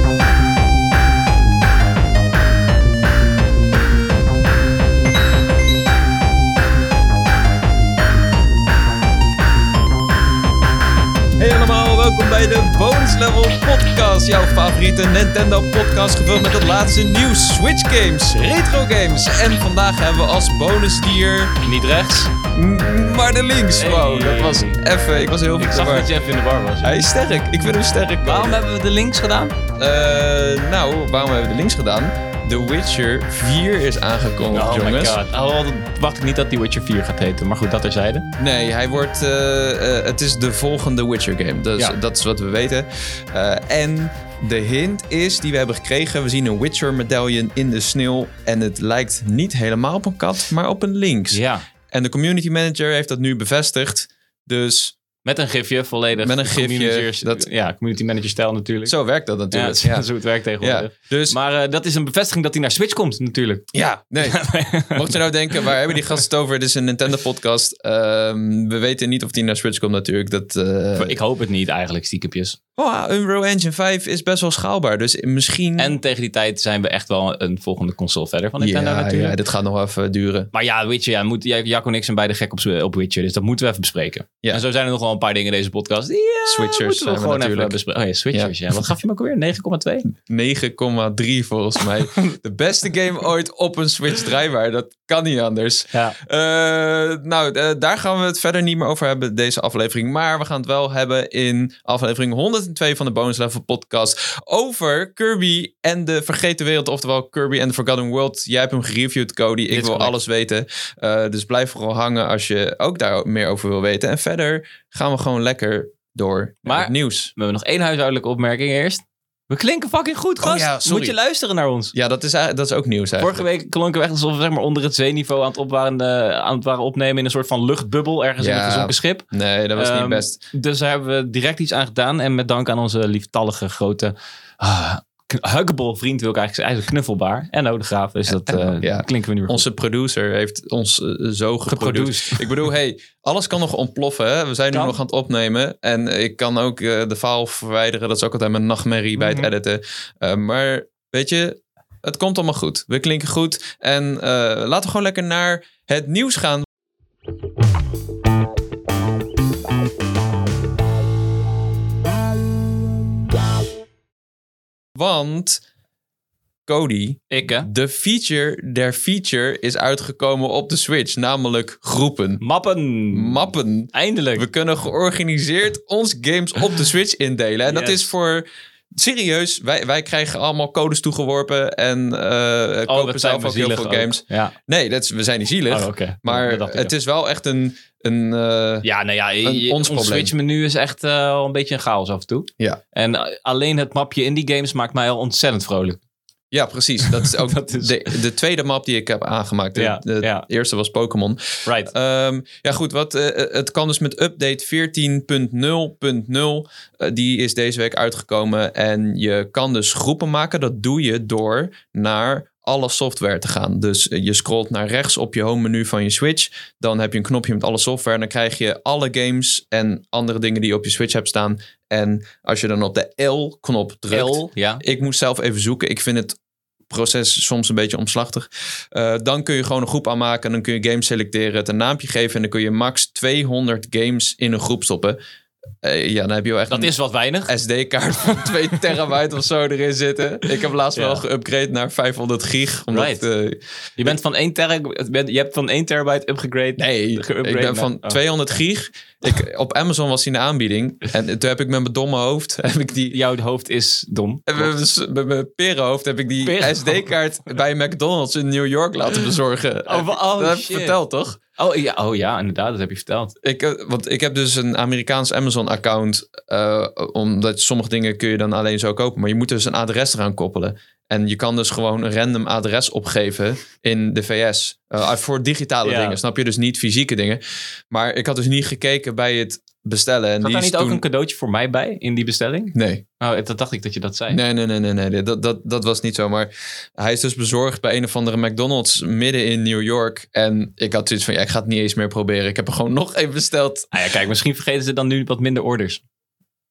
Welkom bij de Bonus Level Podcast, jouw favoriete Nintendo podcast gevuld met het laatste nieuws, Switch games, retro games. En vandaag hebben we als bonusdier, niet rechts, maar de links. Wow, dat was even, ik was heel veel. Ik zag dat je even in de war was. Hij is sterk, ik vind hem sterk. Waarom hebben we de links gedaan? Waarom hebben we de links gedaan? The Witcher 4 is aangekondigd, jongens. My god. Wacht ik niet dat die Witcher 4 gaat heten, maar goed, dat terzijde. Nee, hij wordt... het is de volgende Witcher game. Dus ja. Dat is wat we weten. En de hint is die we hebben gekregen. We zien een Witcher medallion in de sneeuw. En het lijkt niet helemaal op een kat, maar op een lynx. Ja. En de community manager heeft dat nu bevestigd. Dus... Met een gifje, volledig. Met een gifje. Community manager stijl natuurlijk. Zo werkt dat natuurlijk. Ja, zo het werkt tegenwoordig. Ja, dus, maar dat is een bevestiging dat hij naar Switch komt natuurlijk. Ja, nee. Mocht je nou denken, waar hebben die gasten het over? Dit is een Nintendo podcast. We weten niet of die naar Switch komt natuurlijk. Ik hoop het niet eigenlijk, stiekempjes. Unreal Engine 5 is best wel schaalbaar. Dus misschien... En tegen die tijd zijn we echt wel een volgende console verder van Nintendo natuurlijk. Ja, dit gaat nog wel even duren. Maar ja, Witcher, Jacco en ik zijn beide gek op Witcher. Dus dat moeten we even bespreken. Ja. En zo zijn er nog wel een paar dingen in deze podcast. Ja, Switchers moeten we gewoon even bespreken. Oh ja, Switchers, ja. Wat gaf je me ook alweer? 9,2? 9,3 volgens mij. De beste game ooit op een Switch draaibaar. Dat kan niet anders. Ja. Daar gaan we het verder niet meer over hebben, deze aflevering. Maar we gaan het wel hebben in aflevering 102 van de Bonus Level podcast over Kirby en de Vergeten Wereld. Oftewel Kirby and the Forgotten World. Jij hebt hem gereviewd, Cody. Ik wil alles weten. Dus blijf vooral hangen als je ook daar meer over wil weten. En verder gaan we gewoon lekker door naar het nieuws. We hebben nog één huishoudelijke opmerking eerst. We klinken fucking goed, gast. Ja, moet je luisteren naar ons. Ja, dat is ook nieuws eigenlijk. Vorige week klonken we echt alsof we zeg maar, onder het zeeniveau aan het waren opnemen in een soort van luchtbubbel ergens in een gezonken schip. Nee, dat was niet best. Dus daar hebben we direct iets aan gedaan. En met dank aan onze lieftallige grote... huggable vriend wil ik eigenlijk knuffelbaar. En de Graaf. Dus dat klinken we nu weer Onze producer heeft ons zo geproduceerd. Ik bedoel, alles kan nog ontploffen. Hè? We zijn nu nog aan het opnemen. En ik kan ook de file verwijderen. Dat is ook altijd mijn nachtmerrie bij het editen. Maar weet je, het komt allemaal goed. We klinken goed. En laten we gewoon lekker naar het nieuws gaan. Want, Cody, de feature der feature is uitgekomen op de Switch. Namelijk groepen. Mappen. Eindelijk. We kunnen georganiseerd ons games op de Switch indelen. En dat is voor... Serieus, wij krijgen allemaal codes toegeworpen en kopen zelf ook heel veel games. Ja. Nee, we zijn niet zielig. Maar het is wel echt een ons ons Switch-menu is echt al een beetje een chaos af en toe. Ja. En alleen het mapje indie games maakt mij al ontzettend vrolijk. Ja, precies. Dat is ook de tweede map die ik heb aangemaakt. De eerste was Pokémon. Right. Het kan dus met update 14.0.0. Die is deze week uitgekomen. En je kan dus groepen maken. Dat doe je door naar alle software te gaan. Dus je scrolt naar rechts op je home menu van je Switch. Dan heb je een knopje met alle software. En dan krijg je alle games en andere dingen die je op je Switch hebt staan. En als je dan op de L-knop drukt. Ik moest zelf even zoeken. Ik vind het proces soms een beetje omslachtig. Dan kun je gewoon een groep aanmaken. En dan kun je games selecteren, het een naampje geven. En dan kun je max 200 games in een groep stoppen. Dan heb je wel echt dat is wat weinig. SD-kaart van 2 terabyte of zo erin zitten. Ik heb laatst wel geüpgrade naar 500 gig. Omdat, je bent van 1 terabyte... Je hebt van 1 terabyte upgrade. Nee, ik ben van 200 gig. Op Amazon was die in de aanbieding. En toen heb ik met mijn domme hoofd... Jouw hoofd is dom. Met mijn perenhoofd heb ik die SD-kaart bij McDonald's in New York laten bezorgen. Dat heb ik verteld, toch? Oh ja, inderdaad, dat heb je verteld. Want ik heb dus een Amerikaans Amazon-account. Omdat sommige dingen kun je dan alleen zo kopen. Maar je moet dus een adres eraan koppelen. En je kan dus gewoon een random adres opgeven in de VS. Voor digitale dingen, snap je? Dus niet fysieke dingen. Maar ik had dus niet gekeken bij het bestellen. En zat daar niet ook een cadeautje voor mij bij in die bestelling? Nee. Dat dacht ik dat je dat zei. Nee. Dat was niet zo. Maar hij is dus bezorgd bij een of andere McDonald's midden in New York. En ik had zoiets van, ik ga het niet eens meer proberen. Ik heb er gewoon nog even besteld. Kijk, misschien vergeten ze dan nu wat minder orders.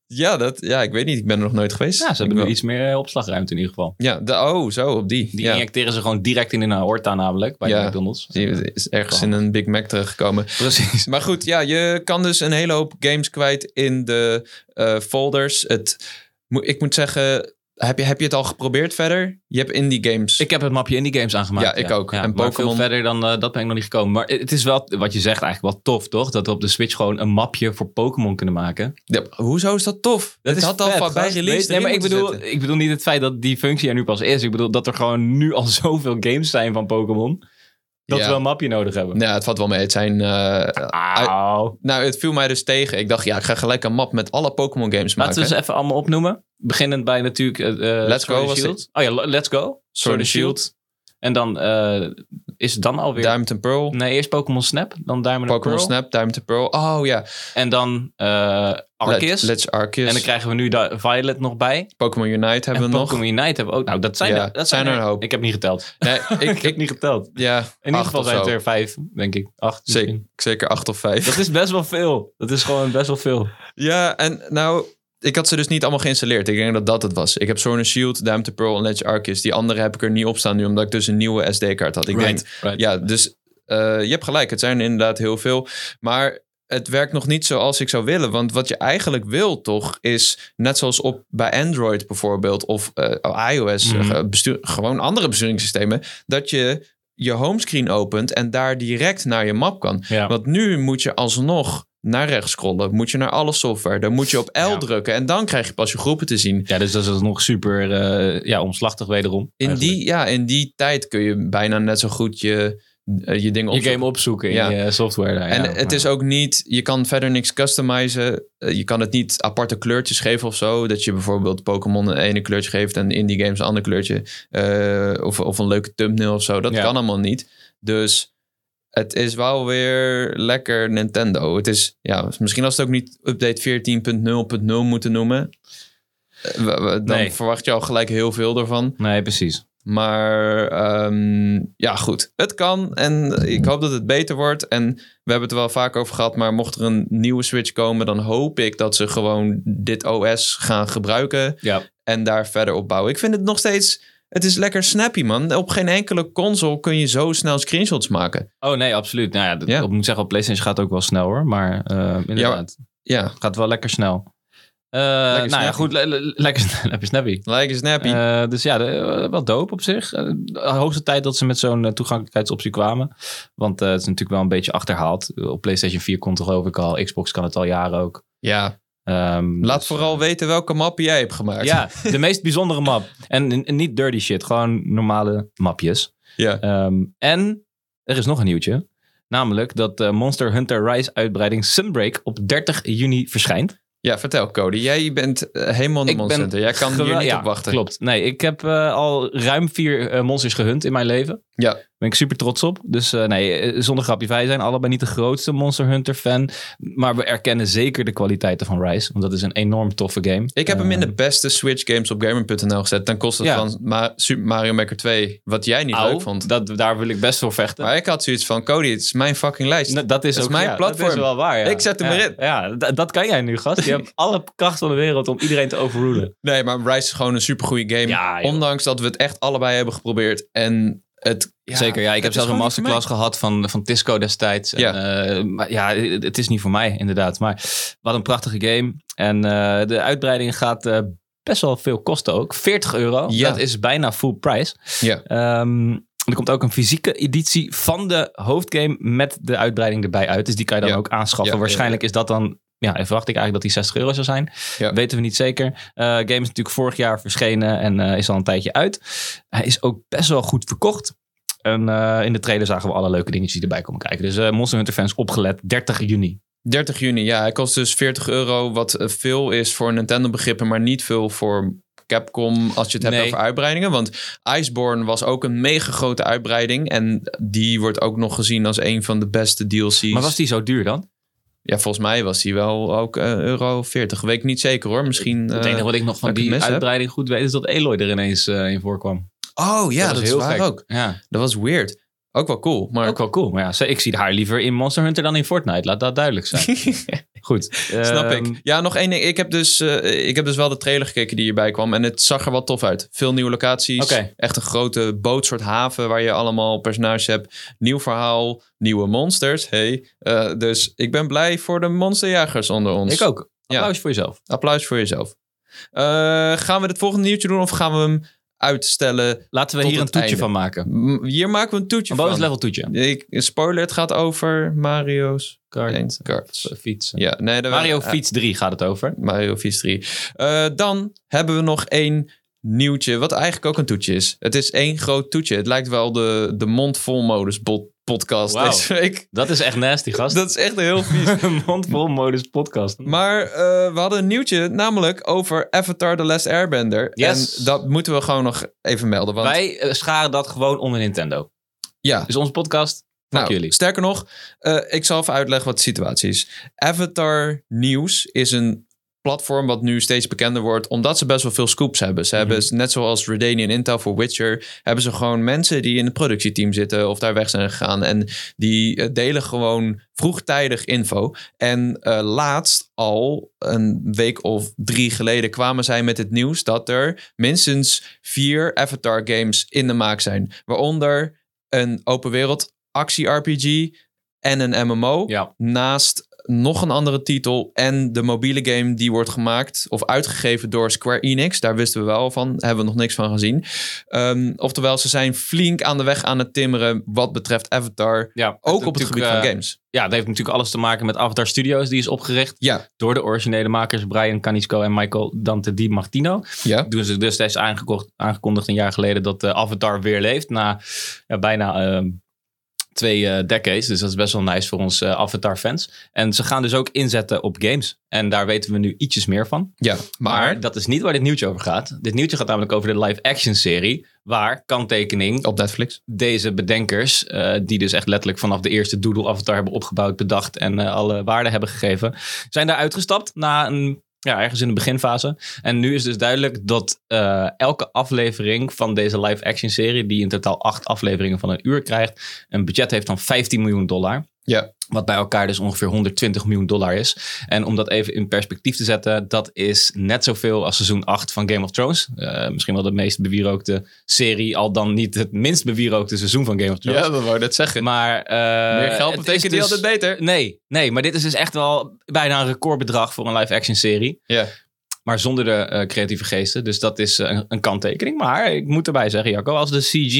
Ja, ik weet niet. Ik ben er nog nooit geweest. Ja, ze hebben nu iets meer opslagruimte in ieder geval. Ja, zo, op die. Die injecteren ze gewoon direct in de aorta namelijk, bij de McDonald's. Die is ergens in een Big Mac terechtgekomen. Precies. Maar goed, je kan dus een hele hoop games kwijt in de folders. Ik moet zeggen... Heb je het al geprobeerd verder? Je hebt indie games. Ik heb het mapje indie games aangemaakt. Ja, ik ook. Ja, en maar Pokémon... veel verder dan dat ben ik nog niet gekomen. Maar het is wel, wat je zegt, eigenlijk wel tof, toch? Dat we op de Switch gewoon een mapje voor Pokémon kunnen maken. Ja, hoezo is dat tof? Dat het is had al van bij release. Nee, maar ik bedoel niet het feit dat die functie er nu pas is. Ik bedoel dat er gewoon nu al zoveel games zijn van Pokémon. Dat we een mapje nodig hebben. Ja, het valt wel mee. Het zijn... het viel mij dus tegen. Ik dacht, ik ga gelijk een map met alle Pokémon games maken. Laten we ze even allemaal opnoemen. Beginnend bij natuurlijk Let's Go was Shield. Oh ja, Let's Go. Sword and Shield. En dan is het dan alweer... Diamond and Pearl. Nee, eerst Pokémon Snap. Dan Diamond and Pearl. Pokémon Snap, Diamond and Pearl. Oh ja. En dan Arceus. Let's Arceus. En dan krijgen we nu Violet nog bij. Pokémon Unite hebben we nog. Pokémon Unite hebben we ook. Nou, dat zijn er een hoop. Ik heb niet geteld. Nee, ik heb niet geteld. Ja, in ieder geval zijn het er 5, denk ik. 8 zeker 8 of 5. Dat is best wel veel. Dat is gewoon best wel veel. Ja, en nou... Ik had ze dus niet allemaal geïnstalleerd. Ik denk dat het was. Ik heb Sword and Shield, Diamond and Pearl en Legend Arceus. Die andere heb ik er niet op staan nu, omdat ik dus een nieuwe SD-kaart had. Ik denk, ja, dus je hebt gelijk. Het zijn inderdaad heel veel. Maar het werkt nog niet zoals ik zou willen. Want wat je eigenlijk wil toch, is net zoals bij Android bijvoorbeeld of iOS, gewoon andere besturingssystemen, dat je homescreen opent en daar direct naar je map kan. Ja. Want nu moet je alsnog naar rechts scrollen. Moet je naar alle software. Dan moet je op L drukken. En dan krijg je pas je groepen te zien. Ja, dus dat is nog super omslachtig wederom. In die tijd kun je bijna net zo goed je dingen opzoeken. Je game opzoeken in je software. En het is ook niet... Je kan verder niks customizen. Je kan het niet aparte kleurtjes geven of zo. Dat je bijvoorbeeld Pokémon een ene kleurtje geeft en indie games een ander kleurtje. Of een leuke thumbnail of zo. Dat kan allemaal niet. Dus... Het is wel weer lekker Nintendo. Het is, misschien als het ook niet update 14.0.0 moeten noemen. Dan verwacht je al gelijk heel veel ervan. Nee, precies. Maar goed. Het kan en ik hoop dat het beter wordt. En we hebben het er wel vaak over gehad. Maar mocht er een nieuwe Switch komen, dan hoop ik dat ze gewoon dit OS gaan gebruiken. Ja. En daar verder op bouwen. Ik vind het nog steeds... Het is lekker snappy, man. Op geen enkele console kun je zo snel screenshots maken. Oh nee, absoluut. Nou ja, ik moet zeggen, op PlayStation gaat het ook wel snel hoor. Maar inderdaad, het gaat wel lekker snel. Lekker snappy. Lekker snappy. Dus wel dope op zich. Hoogste tijd dat ze met zo'n toegankelijkheidsoptie kwamen. Want het is natuurlijk wel een beetje achterhaald. Op PlayStation 4 kon het geloof ik al. Xbox kan het al jaren ook. Ja. Laat vooral weten welke map jij hebt gemaakt. Ja, de meest bijzondere map. En niet dirty shit, gewoon normale mapjes. Ja. En er is nog een nieuwtje. Namelijk dat Monster Hunter Rise uitbreiding Sunbreak op 30 juni verschijnt. Ja, vertel Cody. Jij bent helemaal de Monster Hunter. Jij kan hier niet op wachten. Klopt. Nee, ik heb al ruim 4 monsters gehunt in mijn leven. Ja. Ben ik super trots op. Dus zonder grapje, wij zijn allebei niet de grootste Monster Hunter fan. Maar we erkennen zeker de kwaliteiten van Rise. Want dat is een enorm toffe game. Ik heb hem in de beste Switch games op Gamer.nl gezet. Dan kost het van Super Mario Maker 2. Wat jij niet leuk vond. Daar wil ik best voor vechten. Maar ik had zoiets van, Cody, het is mijn fucking lijst. Dat is ook mijn platform. Dat is wel waar, ja. Ik zet hem erin. Ja, dat kan jij nu, gast. Je hebt alle kracht van de wereld om iedereen te overrulen. Nee, maar Rise is gewoon een supergoeie game. Ja, ondanks dat we het echt allebei hebben geprobeerd. En zeker, ja. Ik heb zelfs een masterclass gehad van Tisco destijds. En, maar het is niet voor mij, inderdaad. Maar wat een prachtige game. En de uitbreiding gaat best wel veel kosten ook. €40. Ja. Dat is bijna full price. Ja. Er komt ook een fysieke editie van de hoofdgame met de uitbreiding erbij uit. Dus die kan je dan ook aanschaffen. Waarschijnlijk is dat dan... Ja, en verwacht ik eigenlijk dat die €60 zou zijn. Ja. Weten we niet zeker. Game is natuurlijk vorig jaar verschenen en is al een tijdje uit. Hij is ook best wel goed verkocht. En in de trailer zagen we alle leuke dingetjes die erbij komen kijken. Dus Monster Hunter fans opgelet, 30 juni. 30 juni, ja. Hij kost dus €40, wat veel is voor Nintendo begrippen, maar niet veel voor Capcom als je het hebt over uitbreidingen. Want Iceborne was ook een mega grote uitbreiding. En die wordt ook nog gezien als een van de beste DLC's. Maar was die zo duur dan? Ja, volgens mij was die wel ook €40. Weet ik niet zeker hoor. Misschien. Het enige wat ik nog van die uitbreiding goed weet is dat Aloy er ineens in voorkwam. Oh ja, dat is heel waar ook. Ja. Dat was weird. Ook wel cool. Maar ja, ik zie haar liever in Monster Hunter dan in Fortnite. Laat dat duidelijk zijn. Goed. Snap ik. Ja, nog één ding. Ik heb dus wel de trailer gekeken die hierbij kwam. En het zag er wel tof uit. Veel nieuwe locaties. Okay. Echt een grote bootsoort haven waar je allemaal personages hebt. Nieuw verhaal. Nieuwe monsters. Dus ik ben blij voor de monsterjagers onder ons. Ik ook. Applaus voor jezelf. Applaus voor jezelf. Gaan we het volgende nieuwtje doen of gaan we hem uitstellen? Laten we hier een toetje van maken. Hier maken we een toetje van. Een bonus level toetje. Spoiler, het gaat over Mario's Karts. Fietsen. Ja, Mario Fiets 3 gaat het over. Mario Fiets 3. Dan hebben we nog één nieuwtje, wat eigenlijk ook een toetje is. Het is één groot toetje. Het lijkt wel de mondvol modus podcast deze week. Dat is echt nasty, gast. Dat is echt heel vies. Mondvol modus podcast. Maar we hadden een nieuwtje, namelijk over Avatar The Last Airbender. Yes. En dat moeten we gewoon nog even melden. Want wij scharen dat gewoon onder Nintendo. Ja. Dus onze podcast, jullie. Sterker nog, ik zal even uitleggen wat de situatie is. Avatar Nieuws is een platform wat nu steeds bekender wordt, omdat ze best wel veel scoops hebben. Ze hebben, net zoals Redanian Intel voor Witcher, hebben ze gewoon mensen die in het productieteam zitten of daar weg zijn gegaan. En die delen gewoon vroegtijdig info. En laatst al een week of 3 geleden kwamen zij met het nieuws dat er minstens 4 Avatar games in de maak zijn. Waaronder een open wereld actie-RPG en een MMO. Ja. Naast nog een andere titel en de mobiele game die wordt gemaakt of uitgegeven door Square Enix. Daar wisten we wel van. Hebben we nog niks van gezien. Oftewel, ze zijn flink aan de weg aan het timmeren wat betreft Avatar. Ja, ook op het gebied van games. Ja, dat heeft natuurlijk alles te maken met Avatar Studios. Die is opgericht door de originele makers Brian Canico en Michael Dante Di Martino. Ja. Toen ze destijds aangekondigd een jaar geleden dat Avatar weer leeft. Na bijna 2 decades. Dus dat is best wel nice voor ons Avatar-fans. En ze gaan dus ook inzetten op games. En daar weten we nu ietsjes meer van. Ja, maar dat is niet waar dit nieuwtje over gaat. Dit nieuwtje gaat namelijk over de live-action-serie. Waar, kanttekening, op Netflix, deze bedenkers, die dus echt letterlijk vanaf de eerste Doodle Avatar hebben opgebouwd, bedacht en alle waarden hebben gegeven, zijn daar uitgestapt na ergens in de beginfase. En nu is dus duidelijk dat elke aflevering van deze live-action serie, die in totaal 8 afleveringen van 1 uur krijgt, een budget heeft van $15 miljoen. Ja. Wat bij elkaar dus ongeveer $120 miljoen is. En om dat even in perspectief te zetten, dat is net zoveel als seizoen 8 van Game of Thrones. Misschien wel de meest bewierookte serie, al dan niet het minst bewierookte seizoen van Game of Thrones. Ja, dat wou ik net zeggen. Maar meer geld betekent niet altijd beter. Nee, maar dit is dus echt wel bijna een recordbedrag voor een live-action serie. Ja. Maar zonder de creatieve geesten. Dus dat is een kanttekening. Maar ik moet erbij zeggen, Jacco, als de CG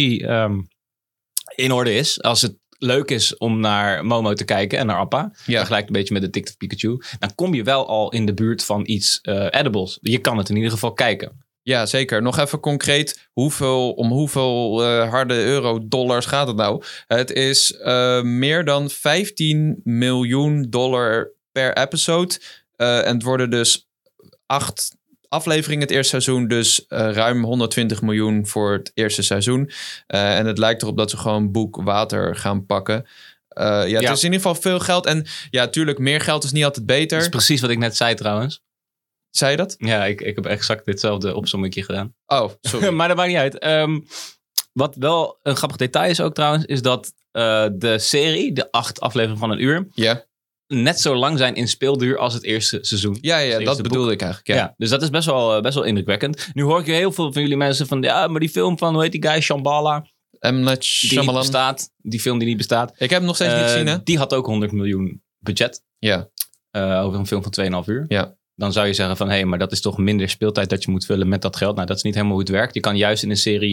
in orde is, als het leuk is om naar Momo te kijken en naar Appa, vergelijkt een beetje met Detective Pikachu, dan kom je wel al in de buurt van iets edibles. Je kan het in ieder geval kijken. Ja, zeker. Nog even concreet, om hoeveel harde dollars gaat het nou? Het is meer dan $15 miljoen per episode. En het worden dus 8 afleveringen het eerste seizoen, dus ruim 120 miljoen voor het eerste seizoen. En het lijkt erop dat ze gewoon boek water gaan pakken. Het is in ieder geval veel geld. En ja, tuurlijk, meer geld is niet altijd beter. Dat is precies wat ik net zei trouwens. Zei je dat? Ja, ik heb exact ditzelfde opsommetje gedaan. Oh, sorry. Maar dat maakt niet uit. Wat wel een grappig detail is ook trouwens, is dat de serie, de 8 afleveringen van 1 uur, net zo lang zijn in speelduur als het eerste seizoen. Ja, dat bedoelde ik eigenlijk. Ja. Dus dat is best wel indrukwekkend. Nu hoor ik heel veel van jullie mensen van, maar die film van, hoe heet die guy, Shambhala, die niet bestaat. Die film die niet bestaat. Ik heb hem nog steeds niet gezien, hè? Die had ook 100 miljoen budget. Ja. Over een film van 2,5 uur. Ja. Dan zou je zeggen van, maar dat is toch minder speeltijd dat je moet vullen met dat geld. Nou, dat is niet helemaal hoe het werkt. Je kan juist in een serie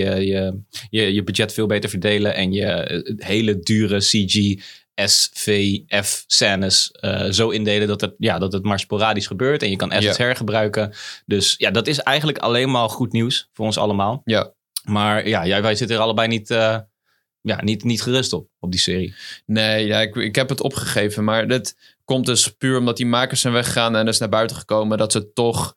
je budget veel beter verdelen en je hele dure CG, SVF scènes zo indelen dat het maar sporadisch gebeurt. En je kan assets hergebruiken. Dus ja, dat is eigenlijk alleen maar goed nieuws voor ons allemaal. Ja. Maar wij zitten er allebei niet gerust op die serie. Nee, ik heb het opgegeven. Maar dat komt dus puur omdat die makers zijn weggegaan en dus naar buiten gekomen dat ze toch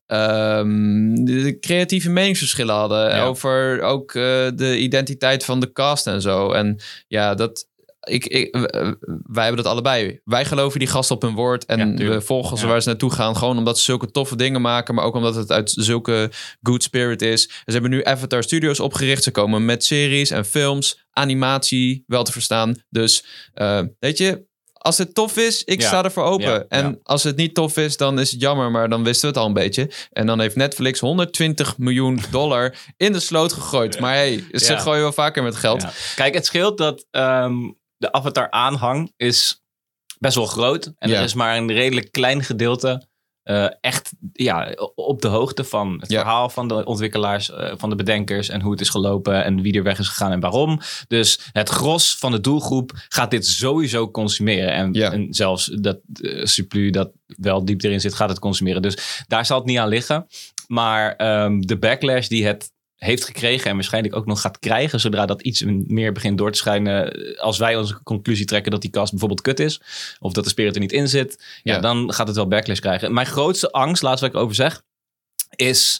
de creatieve meningsverschillen hadden over ook de identiteit van de cast en zo. En ja, dat wij hebben dat allebei. Wij geloven die gasten op hun woord. En we volgen ze waar ze naartoe gaan. Gewoon omdat ze zulke toffe dingen maken. Maar ook omdat het uit zulke good spirit is. En ze hebben nu Avatar Studios opgericht. Ze komen met series en films. Animatie wel te verstaan. Dus weet je... Als het tof is, ik sta ervoor open. En als het niet tof is, dan is het jammer. Maar dan wisten we het al een beetje. En dan heeft Netflix $120 miljoen in de sloot gegooid. Maar ze gooien wel vaker met geld. Ja. Kijk, het scheelt dat de Avatar aanhang is best wel groot. En er is maar een redelijk klein gedeelte echt op de hoogte van het verhaal van de ontwikkelaars, van de bedenkers en hoe het is gelopen en wie er weg is gegaan en waarom. Dus het gros van de doelgroep gaat dit sowieso consumeren. En zelfs dat Suplu dat wel diep erin zit, gaat het consumeren. Dus daar zal het niet aan liggen. Maar de backlash die het heeft gekregen en waarschijnlijk ook nog gaat krijgen, zodra dat iets meer begint door te schijnen, als wij onze conclusie trekken dat die cast bijvoorbeeld kut is, of dat de spirit er niet in zit, dan gaat het wel backlash krijgen. Mijn grootste angst, laatst wat ik over zeg, is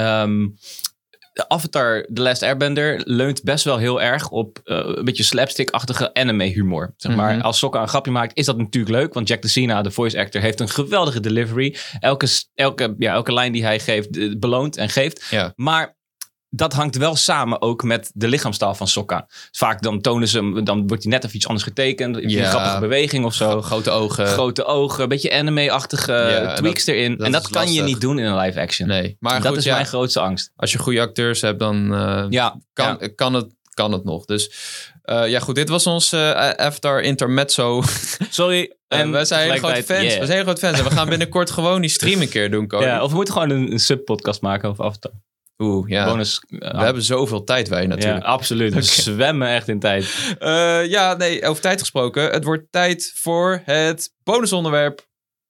Avatar The Last Airbender leunt best wel heel erg op een beetje slapstick-achtige anime humor. Zeg maar. Als Sokka een grapje maakt, is dat natuurlijk leuk. Want Jack DeSena, de voice actor, heeft een geweldige delivery. Elke lijn die hij geeft, beloont en geeft. Ja. Maar dat hangt wel samen ook met de lichaamstaal van Sokka. Vaak dan tonen ze hem, dan wordt hij net even iets anders getekend. Een grappige beweging of zo. Grote ogen, een beetje anime-achtige tweaks erin. En dat kan je niet doen in een live action. Nee, maar dat is mijn grootste angst. Als je goede acteurs hebt, dan kan het nog. Dus goed, dit was ons Avatar Intermezzo. Sorry. En we zijn hele grote fans. We zijn hele grote fans. En we gaan binnenkort gewoon die stream een keer doen, Cody. Ja, of we moeten gewoon een sub-podcast maken over Avatar. Bonus, we hebben zoveel tijd, wij natuurlijk. Ja, absoluut. We zwemmen echt in tijd. Over tijd gesproken. Het wordt tijd voor het bonusonderwerp.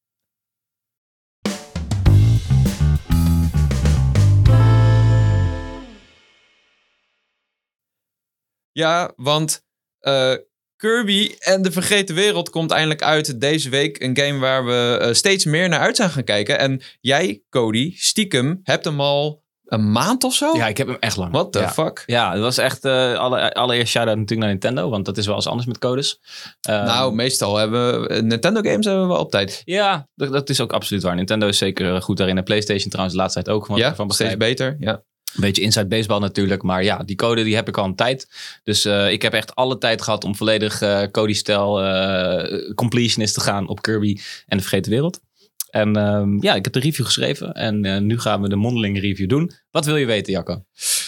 Ja, want Kirby en de Vergeten Wereld komt eindelijk uit deze week. Een game waar we steeds meer naar uit zijn gaan kijken. En jij, Cody, stiekem hebt hem al een maand of zo? Ja, ik heb hem echt lang. What the fuck? Ja, het was echt allereerst shout-out natuurlijk naar Nintendo, want dat is wel eens anders met codes. Meestal hebben we Nintendo games hebben we wel op tijd. Ja, dat is ook absoluut waar. Nintendo is zeker goed daarin. En PlayStation trouwens de laatste tijd ook. Van steeds beter, ja. Een beetje inside baseball natuurlijk. Maar ja, die code die heb ik al een tijd. Dus ik heb echt alle tijd gehad om volledig Cody-stijl completionist te gaan op Kirby en de Vergeten Wereld. En ik heb de review geschreven. En nu gaan we de mondelinge review doen. Wat wil je weten, Jacco?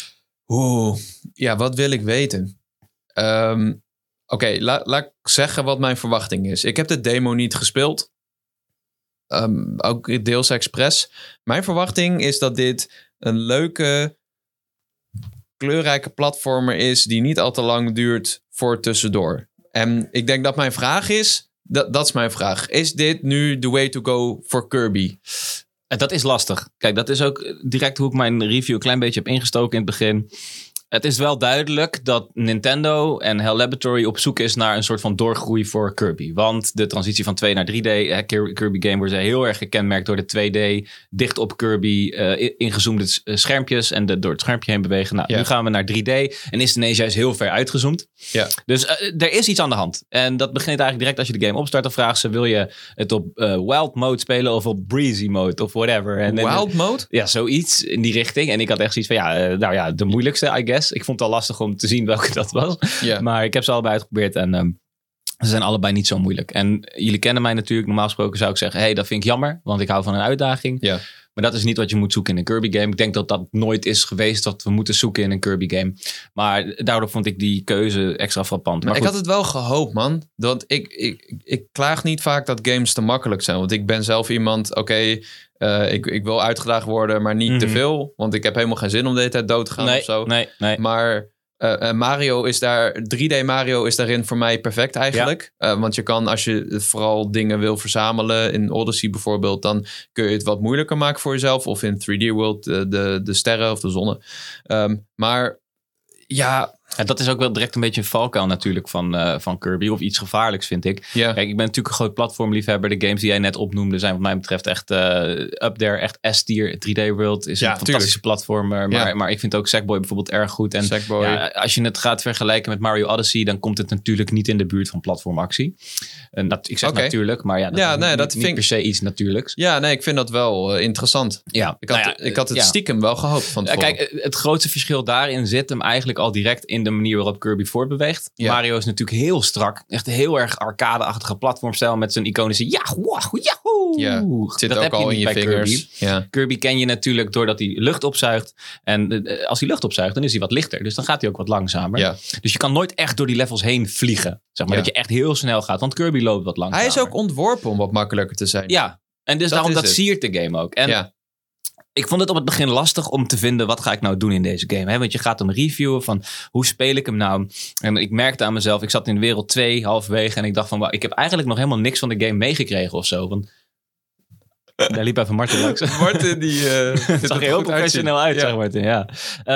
Wat wil ik weten? Oké, laat ik zeggen wat mijn verwachting is. Ik heb de demo niet gespeeld. Ook Deus Express. Mijn verwachting is dat dit een leuke, kleurrijke platformer is die niet al te lang duurt voor tussendoor. En ik denk dat mijn vraag is... Dat is mijn vraag. Is dit nu the way to go voor Kirby? Dat is lastig. Kijk, dat is ook direct hoe ik mijn review een klein beetje heb ingestoken in het begin. Het is wel duidelijk dat Nintendo en Hell Laboratory op zoek is naar een soort van doorgroei voor Kirby. Want de transitie van 2 naar 3D, Kirby game wordt heel erg gekenmerkt door de 2D, dicht op Kirby, ingezoomde schermpjes en door het schermpje heen bewegen. Nu gaan we naar 3D en is ineens juist heel ver uitgezoomd. Ja. Dus er is iets aan de hand. En dat begint eigenlijk direct als je de game opstart. Dan vragen ze, wil je het op wild mode spelen of op breezy mode of whatever. Wild mode? Ja, zoiets in die richting. En ik had echt zoiets van, de moeilijkste, I guess. Ik vond het al lastig om te zien welke dat was. Yeah. Maar ik heb ze allebei uitgeprobeerd en ze zijn allebei niet zo moeilijk. En jullie kennen mij natuurlijk. Normaal gesproken zou ik zeggen, dat vind ik jammer. Want ik hou van een uitdaging. Yeah. Maar dat is niet wat je moet zoeken in een Kirby game. Ik denk dat dat nooit is geweest wat we moeten zoeken in een Kirby game. Maar daardoor vond ik die keuze extra frappant. Maar ik had het wel gehoopt, man. Want ik klaag niet vaak dat games te makkelijk zijn. Want ik ben zelf iemand, ik wil uitgedaagd worden, maar niet te veel. Want ik heb helemaal geen zin om de hele tijd dood te gaan of zo. Nee. Maar Mario is daar, 3D Mario is daarin voor mij perfect eigenlijk. Ja. Want je kan, als je vooral dingen wil verzamelen, in Odyssey bijvoorbeeld, dan kun je het wat moeilijker maken voor jezelf. Of in 3D World, de sterren of de zonnen. Maar ja, En dat is ook wel direct een beetje een valkuil natuurlijk van Kirby. Of iets gevaarlijks, vind ik. Ja. Kijk, ik ben natuurlijk een groot platformliefhebber. De games die jij net opnoemde zijn wat mij betreft echt up there. Echt S-tier. 3D World is een fantastische platformer. Maar ik vind ook Sackboy bijvoorbeeld erg goed. En als je het gaat vergelijken met Mario Odyssey, dan komt het natuurlijk niet in de buurt van platformactie. Ik zeg natuurlijk, maar dat is niet per se iets natuurlijks. Ja, nee, ik vind dat wel interessant. Ja. Ik had het stiekem wel gehoopt van tevoren. Kijk, het grootste verschil daarin zit hem eigenlijk al direct in de manier waarop Kirby voortbeweegt. Ja. Mario is natuurlijk heel strak. Echt heel erg arcade-achtige platformstijl met zijn iconische yahoo! Ja, het zit dat ook al in je vingers. Kirby ken je natuurlijk doordat hij lucht opzuigt. En als hij lucht opzuigt, dan is hij wat lichter. Dus dan gaat hij ook wat langzamer. Ja. Dus je kan nooit echt door die levels heen vliegen. Zeg maar dat je echt heel snel gaat. Want Kirby loopt wat langzamer. Hij is ook ontworpen om wat makkelijker te zijn. Ja, en dus dat siert de game ook. En ik vond het op het begin lastig om te vinden, wat ga ik nou doen in deze game? Hè? Want je gaat hem reviewen van, hoe speel ik hem nou? En ik merkte aan mezelf, ik zat in wereld 2 halverwege en ik dacht van, ik heb eigenlijk nog helemaal niks van de game meegekregen of zo. Want daar liep even Martin langs. Martin, die zag er heel professioneel uit, zeg Martin. Ja.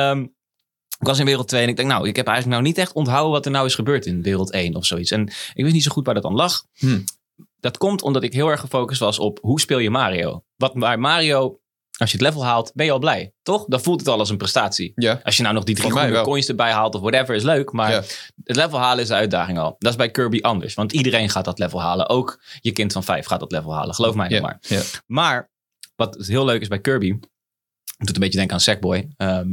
Ik was in wereld 2 en ik denk, ik heb eigenlijk nou niet echt onthouden wat er nou is gebeurd in wereld 1 of zoiets. En ik wist niet zo goed waar dat dan lag. Dat komt omdat ik heel erg gefocust was op, hoe speel je Mario? Waar Mario, als je het level haalt, ben je al blij, toch? Dan voelt het al als een prestatie. Ja. Als je nou nog die 300 coins erbij haalt of whatever, is leuk. Maar het level halen is de uitdaging al. Dat is bij Kirby anders. Want iedereen gaat dat level halen. Ook je kind van 5 gaat dat level halen. Geloof mij nog maar. Ja. Maar wat heel leuk is bij Kirby, het doet een beetje denken aan Sackboy,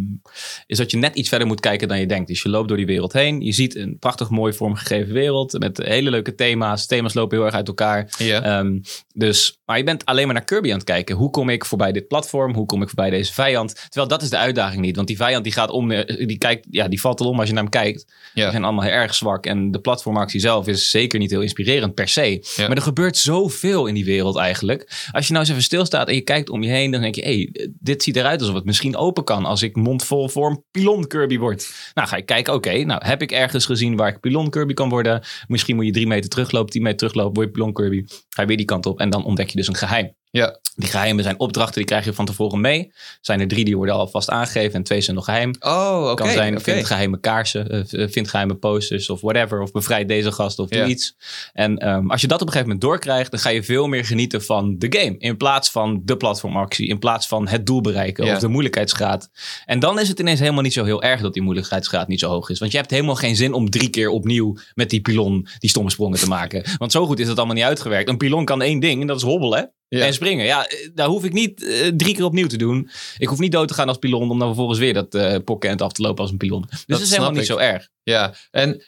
is dat je net iets verder moet kijken dan je denkt. Dus je loopt door die wereld heen. Je ziet een prachtig mooi vormgegeven wereld met hele leuke thema's. Thema's lopen heel erg uit elkaar. Ja. Maar je bent alleen maar naar Kirby aan het kijken. Hoe kom ik voorbij dit platform? Hoe kom ik voorbij deze vijand? Terwijl dat is de uitdaging niet. Want die vijand die gaat om, die valt al om als je naar hem kijkt. Ja. Die zijn allemaal heel erg zwak. En de platformactie zelf is zeker niet heel inspirerend per se. Ja. Maar er gebeurt zoveel in die wereld eigenlijk. Als je nou eens even stilstaat en je kijkt om je heen, dan denk je, dit ziet eruit alsof het misschien open kan als ik mondvol vorm Pilon Kirby word. Nou, ga ik kijken, heb ik ergens gezien waar ik Pilon Kirby kan worden? Misschien moet je 3 meter teruglopen, 10 meter teruglopen, word je Pilon Kirby. Ga je weer die kant op en dan ontdek je dus een geheim. Ja. Die geheimen zijn opdrachten, die krijg je van tevoren mee. Zijn er 3 die worden alvast aangegeven en 2 zijn nog geheim. Kan zijn, vind geheime kaarsen, vind geheime posters of whatever. Of bevrijd deze gast of doe iets. En als je dat op een gegeven moment doorkrijgt, dan ga je veel meer genieten van de game. In plaats van de platformactie, in plaats van het doel bereiken of de moeilijkheidsgraad. En dan is het ineens helemaal niet zo heel erg dat die moeilijkheidsgraad niet zo hoog is. Want je hebt helemaal geen zin om 3 keer opnieuw met die pilon die stomme sprongen te maken. Want zo goed is het allemaal niet uitgewerkt. Een pilon kan 1 ding en dat is hobbelen. Ja. En springen. Ja, daar hoef ik niet 3 keer opnieuw te doen. Ik hoef niet dood te gaan als pilon om dan vervolgens weer dat pokkend af te lopen als een pilon. Dus dat is helemaal niet zo erg. Ja, en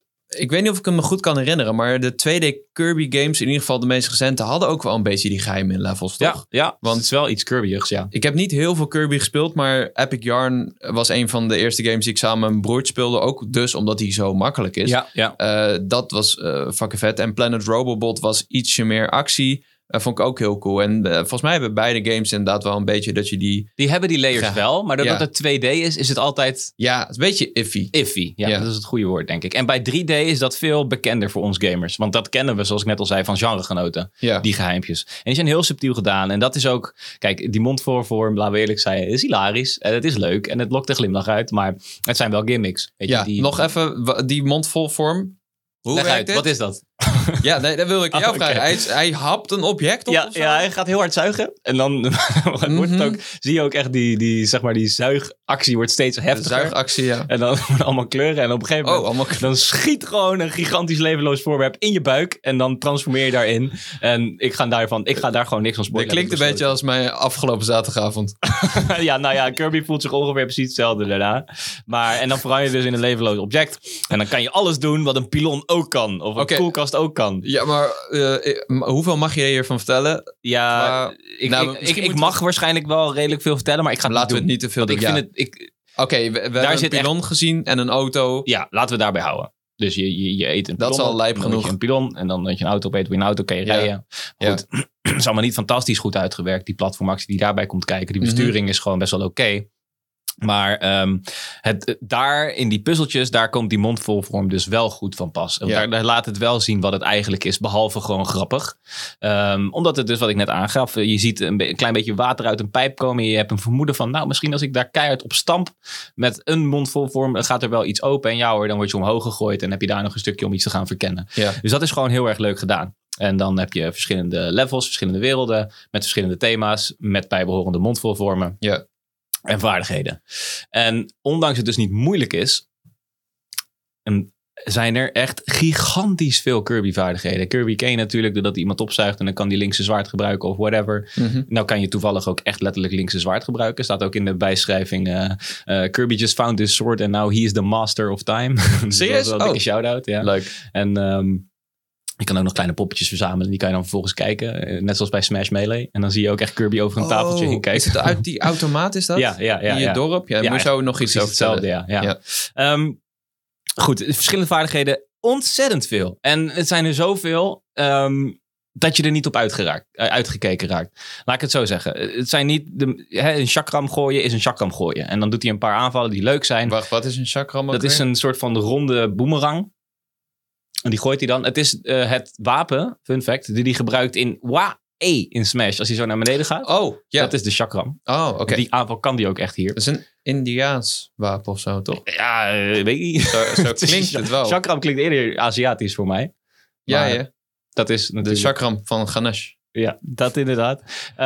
ik weet niet of ik me goed kan herinneren, maar de 2D Kirby games, in ieder geval de meest recente, hadden ook wel een beetje die geheime levels, toch? Ja, want het is wel iets Kirby'igs, ja. Ik heb niet heel veel Kirby gespeeld, maar Epic Yarn was een van de eerste games die ik samen met mijn broertje speelde. Ook dus omdat hij zo makkelijk is. Ja. Dat was fucking vet. En Planet Robobot was ietsje meer actie. Vond ik ook heel cool. En volgens mij hebben beide games inderdaad wel een beetje dat je die... Die hebben die layers wel, maar doordat het 2D is het altijd... Ja, het is een beetje iffy. Iffy, dat is het goede woord, denk ik. En bij 3D is dat veel bekender voor ons gamers. Want dat kennen we, zoals ik net al zei, van genregenoten. Ja. Die geheimpjes. En die zijn heel subtiel gedaan. En dat is ook... Kijk, die mondvoorvorm, laten we eerlijk zijn, is hilarisch. En het is leuk. En het lokt een glimlach uit. Maar het zijn wel gimmicks. Weet je, nog even die mondvolvorm. Hoe werkt dit? Wat is dat? Ja, nee, dat wil ik jou vragen. Hij hapt een object op of zo? Ja, hij gaat heel hard zuigen. En dan wordt het ook, zie je ook echt die zuigactie wordt steeds heftiger. De zuigactie, ja. En dan worden allemaal kleuren. En op een gegeven moment dan schiet gewoon een gigantisch levenloos voorwerp in je buik. En dan transformeer je daarin. En ik ga daar gewoon niks van spoilen. Dat klinkt een beetje als mijn afgelopen zaterdagavond. Kirby voelt zich ongeveer precies hetzelfde daarna. En dan verander je dus in een levenloos object. En dan kan je alles doen wat een pilon ook kan. Of een koelkast ook kan. Ja, maar hoeveel mag je hiervan vertellen? Ja, ik mag waarschijnlijk wel redelijk veel vertellen, maar ik ga het Laten we het niet te veel doen. Oké, we hebben een pilon gezien en een auto. Ja, laten we daarbij houden. Dus je eet een pilon. Dat is al lijp genoeg. Een pilon en dan dat je een auto opeet, een auto kan je rijden. Goed, het is allemaal niet fantastisch goed uitgewerkt. Die platformactie die daarbij komt kijken. Die besturing is gewoon best wel oké. Maar daar in die puzzeltjes, daar komt die mondvolvorm dus wel goed van pas. Ja. Daar laat het wel zien wat het eigenlijk is, behalve gewoon grappig. Omdat het dus, wat ik net aangaf, je ziet een klein beetje water uit een pijp komen. Je hebt een vermoeden van, nou, misschien als ik daar keihard op stamp met een mondvolvorm, gaat er wel iets open. En ja hoor, dan word je omhoog gegooid en heb je daar nog een stukje om iets te gaan verkennen. Ja. Dus dat is gewoon heel erg leuk gedaan. En dan heb je verschillende levels, verschillende werelden, met verschillende thema's, met bijbehorende mondvolvormen. Ja. En vaardigheden. En ondanks het dus niet moeilijk is, zijn er echt gigantisch veel Kirby-vaardigheden. Kirby ken je natuurlijk doordat hij iemand opzuigt en dan kan die linkse zwaard gebruiken of whatever. Mm-hmm. Nou kan je toevallig ook echt letterlijk linkse zwaard gebruiken. Staat ook in de bijschrijving. Kirby just found this sword and now he is the master of time. Serieus? Dat is wel een dikke shout-out. Ja. Leuk. En je kan ook nog kleine poppetjes verzamelen. Die kan je dan vervolgens kijken. Net zoals bij Smash Melee. En dan zie je ook echt Kirby over een tafeltje heen kijken. Is het uit die automaat is dat? Ja. In je dorp? Ja, moet je zo nog iets over hetzelfde, ja. Goed, verschillende vaardigheden. Ontzettend veel. En het zijn er zoveel dat je er niet op uitgekeken raakt. Laat ik het zo zeggen. Het zijn niet een chakram gooien is een chakram gooien. En dan doet hij een paar aanvallen die leuk zijn. Wacht, wat is een chakram? Dat is een soort van ronde boemerang. En die gooit hij dan. Het is het wapen, fun fact, die hij gebruikt in Smash. Als hij zo naar beneden gaat. Oh, ja. Dat is de chakram. Oh, oké. Die aanval kan die ook echt hier. Dat is een Indiaans wapen of zo, toch? Ja, weet ik niet. Zo klinkt het wel. Chakram klinkt eerder Aziatisch voor mij. Ja, ja. Dat is natuurlijk... De chakram van Ganesh. Ja, dat inderdaad.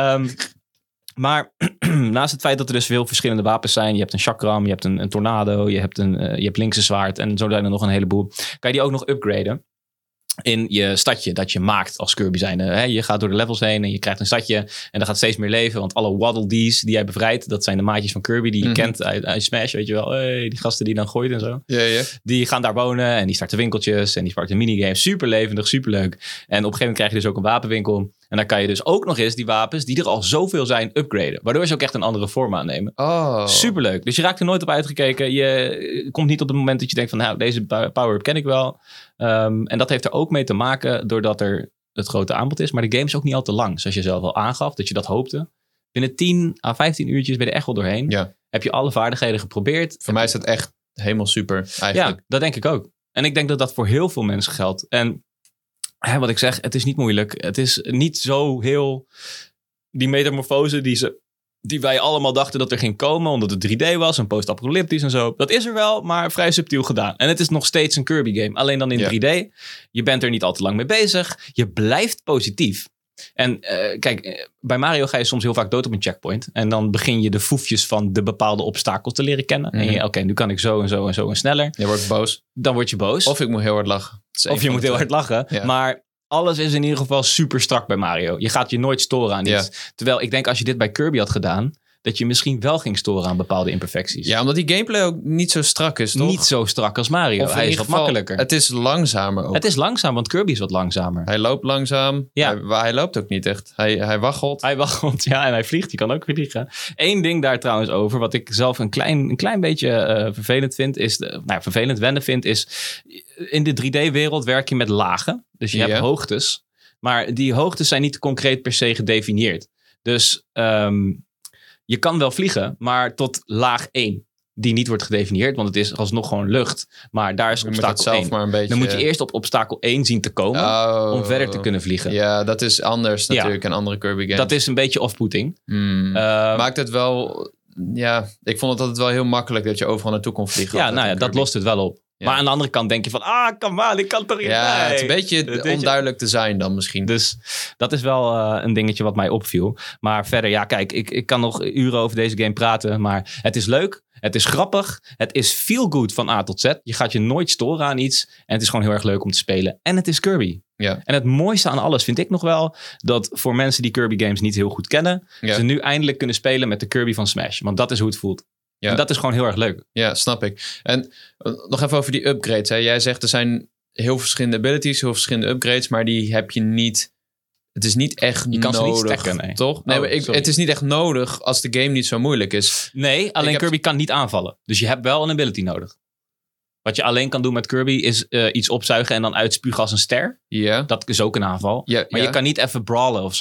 Maar naast het feit dat er dus veel verschillende wapens zijn. Je hebt een chakram, je hebt een tornado, je hebt linkse zwaard. En zo zijn er nog een heleboel. Kan je die ook nog upgraden in je stadje dat je maakt als Kirby zijnde. Je gaat door de levels heen en je krijgt een stadje. En er gaat steeds meer leven. Want alle Waddle Dees die jij bevrijdt, dat zijn de maatjes van Kirby die je kent uit Smash. Weet je wel, die gasten die dan gooit en zo. Ja. Die gaan daar wonen en die starten winkeltjes en die starten minigames. Super levendig, super leuk. En op een gegeven moment krijg je dus ook een wapenwinkel. En dan kan je dus ook nog eens die wapens, die er al zoveel zijn, upgraden. Waardoor ze ook echt een andere vorm aannemen. Oh. Superleuk. Dus je raakt er nooit op uitgekeken. Je komt niet op het moment dat je denkt van, nou, deze power-up ken ik wel. En dat heeft er ook mee te maken doordat er het grote aanbod is. Maar de game is ook niet al te lang. Zoals je zelf al aangaf, dat je dat hoopte. Binnen 10 à 15 uurtjes ben je er echt wel doorheen. Ja. Heb je alle vaardigheden geprobeerd. Voor mij is dat echt helemaal super, eigenlijk. Ja, dat denk ik ook. En ik denk dat dat voor heel veel mensen geldt. En wat ik zeg, het is niet moeilijk. Het is niet zo heel... Die metamorfose die wij allemaal dachten dat er ging komen, omdat het 3D was en post-apocalyptisch en zo. Dat is er wel, maar vrij subtiel gedaan. En het is nog steeds een Kirby-game. Alleen dan in 3D. Je bent er niet al te lang mee bezig. Je blijft positief. En kijk, bij Mario ga je soms heel vaak dood op een checkpoint. En dan begin je de foefjes van de bepaalde obstakels te leren kennen. En je, oké, nu kan ik zo en zo en zo en sneller. Je wordt boos. Dan word je boos. Of ik moet heel hard lachen. Of je moet heel hard lachen. Ja. Maar alles is in ieder geval super strak bij Mario. Je gaat je nooit storen aan iets. Ja. Terwijl ik denk als je dit bij Kirby had gedaan, dat je misschien wel ging storen aan bepaalde imperfecties. Ja, omdat die gameplay ook niet zo strak is, toch? Niet zo strak als Mario. Of hij is wat makkelijker. Het is langzamer ook. Het is langzaam, want Kirby is wat langzamer. Hij loopt langzaam. Ja. Hij loopt ook niet echt. Hij waggelt. Hij waggelt, ja. En hij vliegt. Hij kan ook vliegen. Eén ding daar trouwens over, wat ik zelf een klein beetje vervelend vind, is... vervelend wennen vind, is... In de 3D-wereld werk je met lagen. Dus je hebt hoogtes. Maar die hoogtes zijn niet concreet per se gedefinieerd. Dus... je kan wel vliegen, maar tot laag 1. Die niet wordt gedefinieerd, want het is alsnog gewoon lucht. Maar daar is obstakel 1. Maar een beetje... Dan moet je eerst op obstakel 1 zien te komen om verder te kunnen vliegen. Ja, dat is anders natuurlijk in andere Kirby games. Dat is een beetje off-putting. Maakt het wel... Ja, ik vond het altijd wel heel makkelijk dat je overal naartoe kon vliegen. Ja, dat lost het wel op. Ja. Maar aan de andere kant denk je van, come on, ik kan toch niet bij. Het is een beetje onduidelijk te zijn dan misschien. Dus dat is wel een dingetje wat mij opviel. Maar verder, ja, kijk, ik kan nog uren over deze game praten. Maar het is leuk, het is grappig, het is feel good van A tot Z. Je gaat je nooit storen aan iets. En het is gewoon heel erg leuk om te spelen. En het is Kirby. Ja. En het mooiste aan alles vind ik nog wel, dat voor mensen die Kirby games niet heel goed kennen, ze nu eindelijk kunnen spelen met de Kirby van Smash. Want dat is hoe het voelt. Ja. En dat is gewoon heel erg leuk. Ja, snap ik. En nog even over die upgrades. Hè. Jij zegt er zijn heel verschillende abilities, heel verschillende upgrades, maar die heb je niet... Het is niet echt nodig. Je kan ze niet stacken, nee. Toch? Nee, het is niet echt nodig als de game niet zo moeilijk is. Nee, alleen Kirby kan niet aanvallen. Dus je hebt wel een ability nodig. Wat je alleen kan doen met Kirby is iets opzuigen en dan uitspugen als een ster. Ja. Dat is ook een aanval. Ja, maar je kan niet even brawlen of zo.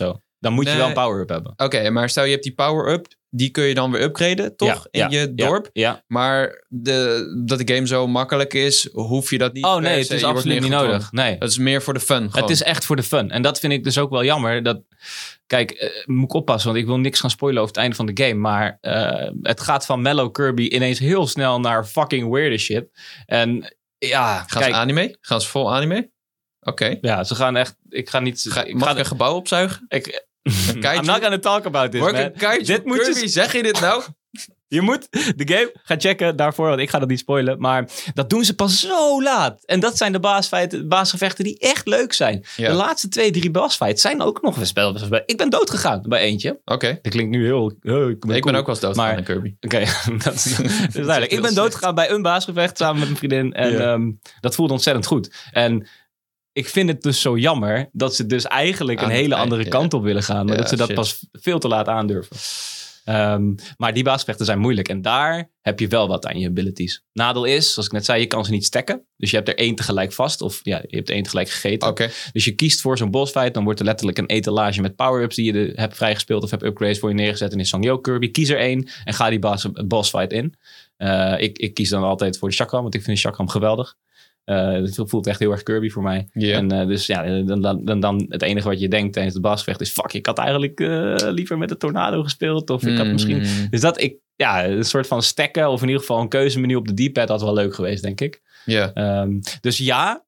Dan moet je wel een power-up hebben. Oké, maar stel je hebt die power-up, die kun je dan weer upgraden, toch? In je dorp. Ja. Maar dat de game zo makkelijk is, hoef je dat niet. Oh nee, het is absoluut niet nodig. Nee. Het is meer voor de fun. Gewoon. Het is echt voor de fun. En dat vind ik dus ook wel jammer. Kijk, moet ik oppassen, want ik wil niks gaan spoilen over het einde van de game. Maar het gaat van mellow Kirby ineens heel snel naar fucking weirde shit. En ja, Gaan ze anime? Gaan ze vol anime? Oké. Ja, ze gaan echt... Mag ik een gebouw opzuigen? I'm not gonna talk about this, man. Dit moet Kirby, zeg je dit nou? Je moet de game gaan checken daarvoor, want ik ga dat niet spoilen. Maar dat doen ze pas zo laat. En dat zijn de baasgevechten die echt leuk zijn. Ja. De laatste 2-3 baasfights zijn ook nog een spel. Ik ben dood gegaan bij eentje. Oké. Dat klinkt nu heel... Ik ben ook wel eens dood gegaan in Kirby. Oké, dat is duidelijk. Ik ben dood gegaan bij een baasgevecht samen met mijn vriendin. En dat voelde ontzettend goed. En ik vind het dus zo jammer dat ze dus eigenlijk een hele andere kant op willen gaan. Maar dat ze dat pas veel te laat aandurven. Maar die baasgevechten zijn moeilijk. En daar heb je wel wat aan je abilities. Nadeel is, zoals ik net zei, je kan ze niet stacken. Dus je hebt er 1 tegelijk vast. Of ja, je hebt er 1 tegelijk gegeten. Okay. Dus je kiest voor zo'n bossfight. Dan wordt er letterlijk een etalage met power-ups die je hebt vrijgespeeld of hebt upgrades voor je neergezet. En is Sangyo Kirby. Kies er 1 en ga die bossfight in. Ik kies dan altijd voor de chakram, want ik vind de chakram geweldig. Het voelt echt heel erg Kirby voor mij. Yeah. En dus ja, dan het enige wat je denkt tijdens de baasgevecht is... Fuck, ik had eigenlijk liever met de tornado gespeeld. Of ik had misschien... Dus een soort van stacken of in ieder geval een keuzemenu op de D-pad had wel leuk geweest, denk ik. Yeah. Dus ja...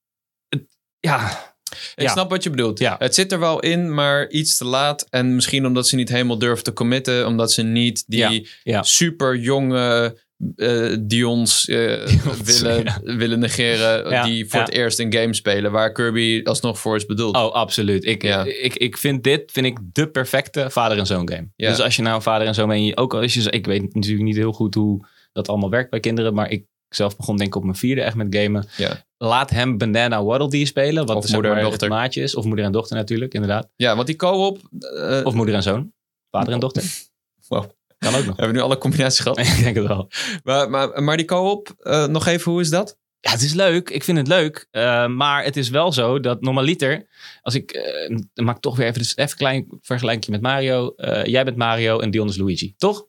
Ik snap wat je bedoelt. Ja. Het zit er wel in, maar iets te laat. En misschien omdat ze niet helemaal durven te committen. Omdat ze niet die super jonge... Dion's willen negeren die voor het eerst een game spelen waar Kirby alsnog voor is bedoeld. Oh, absoluut. Ik vind de perfecte vader en zoon game. Ja. Dus als je nou vader en zoon bent, ook als je, ik weet natuurlijk niet heel goed hoe dat allemaal werkt bij kinderen, maar ik zelf begon denk ik op mijn 4e echt met gamen. Ja. Laat hem Banana Waddle Dee spelen, wat of moeder en dochter. Het maatje is. Of moeder en dochter natuurlijk, inderdaad. Ja, want die co-op... Of moeder en zoon. Vader en dochter. Wow. Kan ook nog. Hebben we nu alle combinaties gehad? Ik denk het wel. Maar die co-op, nog even, hoe is dat? Ja, het is leuk. Ik vind het leuk. Maar het is wel zo dat normaliter... Als ik... maak toch weer even een klein vergelijkje met Mario. Jij bent Mario en Dion is Luigi. Toch?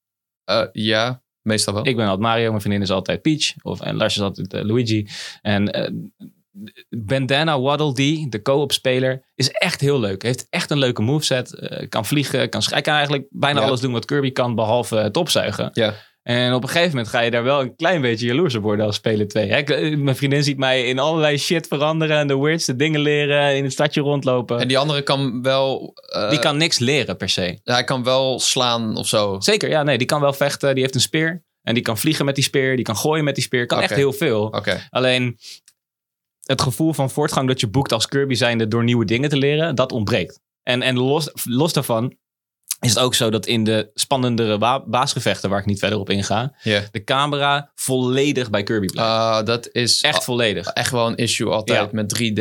Ja, meestal wel. Ik ben altijd Mario. Mijn vriendin is altijd Peach. En Lars is altijd Luigi. En... Bandana Waddle Dee, de co-op speler, is echt heel leuk. Heeft echt een leuke moveset. Kan vliegen, hij kan eigenlijk bijna alles doen wat Kirby kan, behalve het opzuigen. Ja. En op een gegeven moment ga je daar wel een klein beetje jaloers op worden als speler 2. Mijn vriendin ziet mij in allerlei shit veranderen en de weirdste dingen leren, in het stadje rondlopen. En die andere kan wel... die kan niks leren per se. Ja, hij kan wel slaan of zo. Zeker, ja. Nee, die kan wel vechten. Die heeft een speer. En die kan vliegen met die speer. Die kan gooien met die speer. Kan echt heel veel. Alleen... Het gevoel van voortgang dat je boekt als Kirby zijnde door nieuwe dingen te leren, dat ontbreekt. En los daarvan is het ook zo dat in de spannendere baasgevechten, waar ik niet verder op inga, de camera volledig bij Kirby blijft. Dat is echt volledig. Echt wel een issue altijd met 3D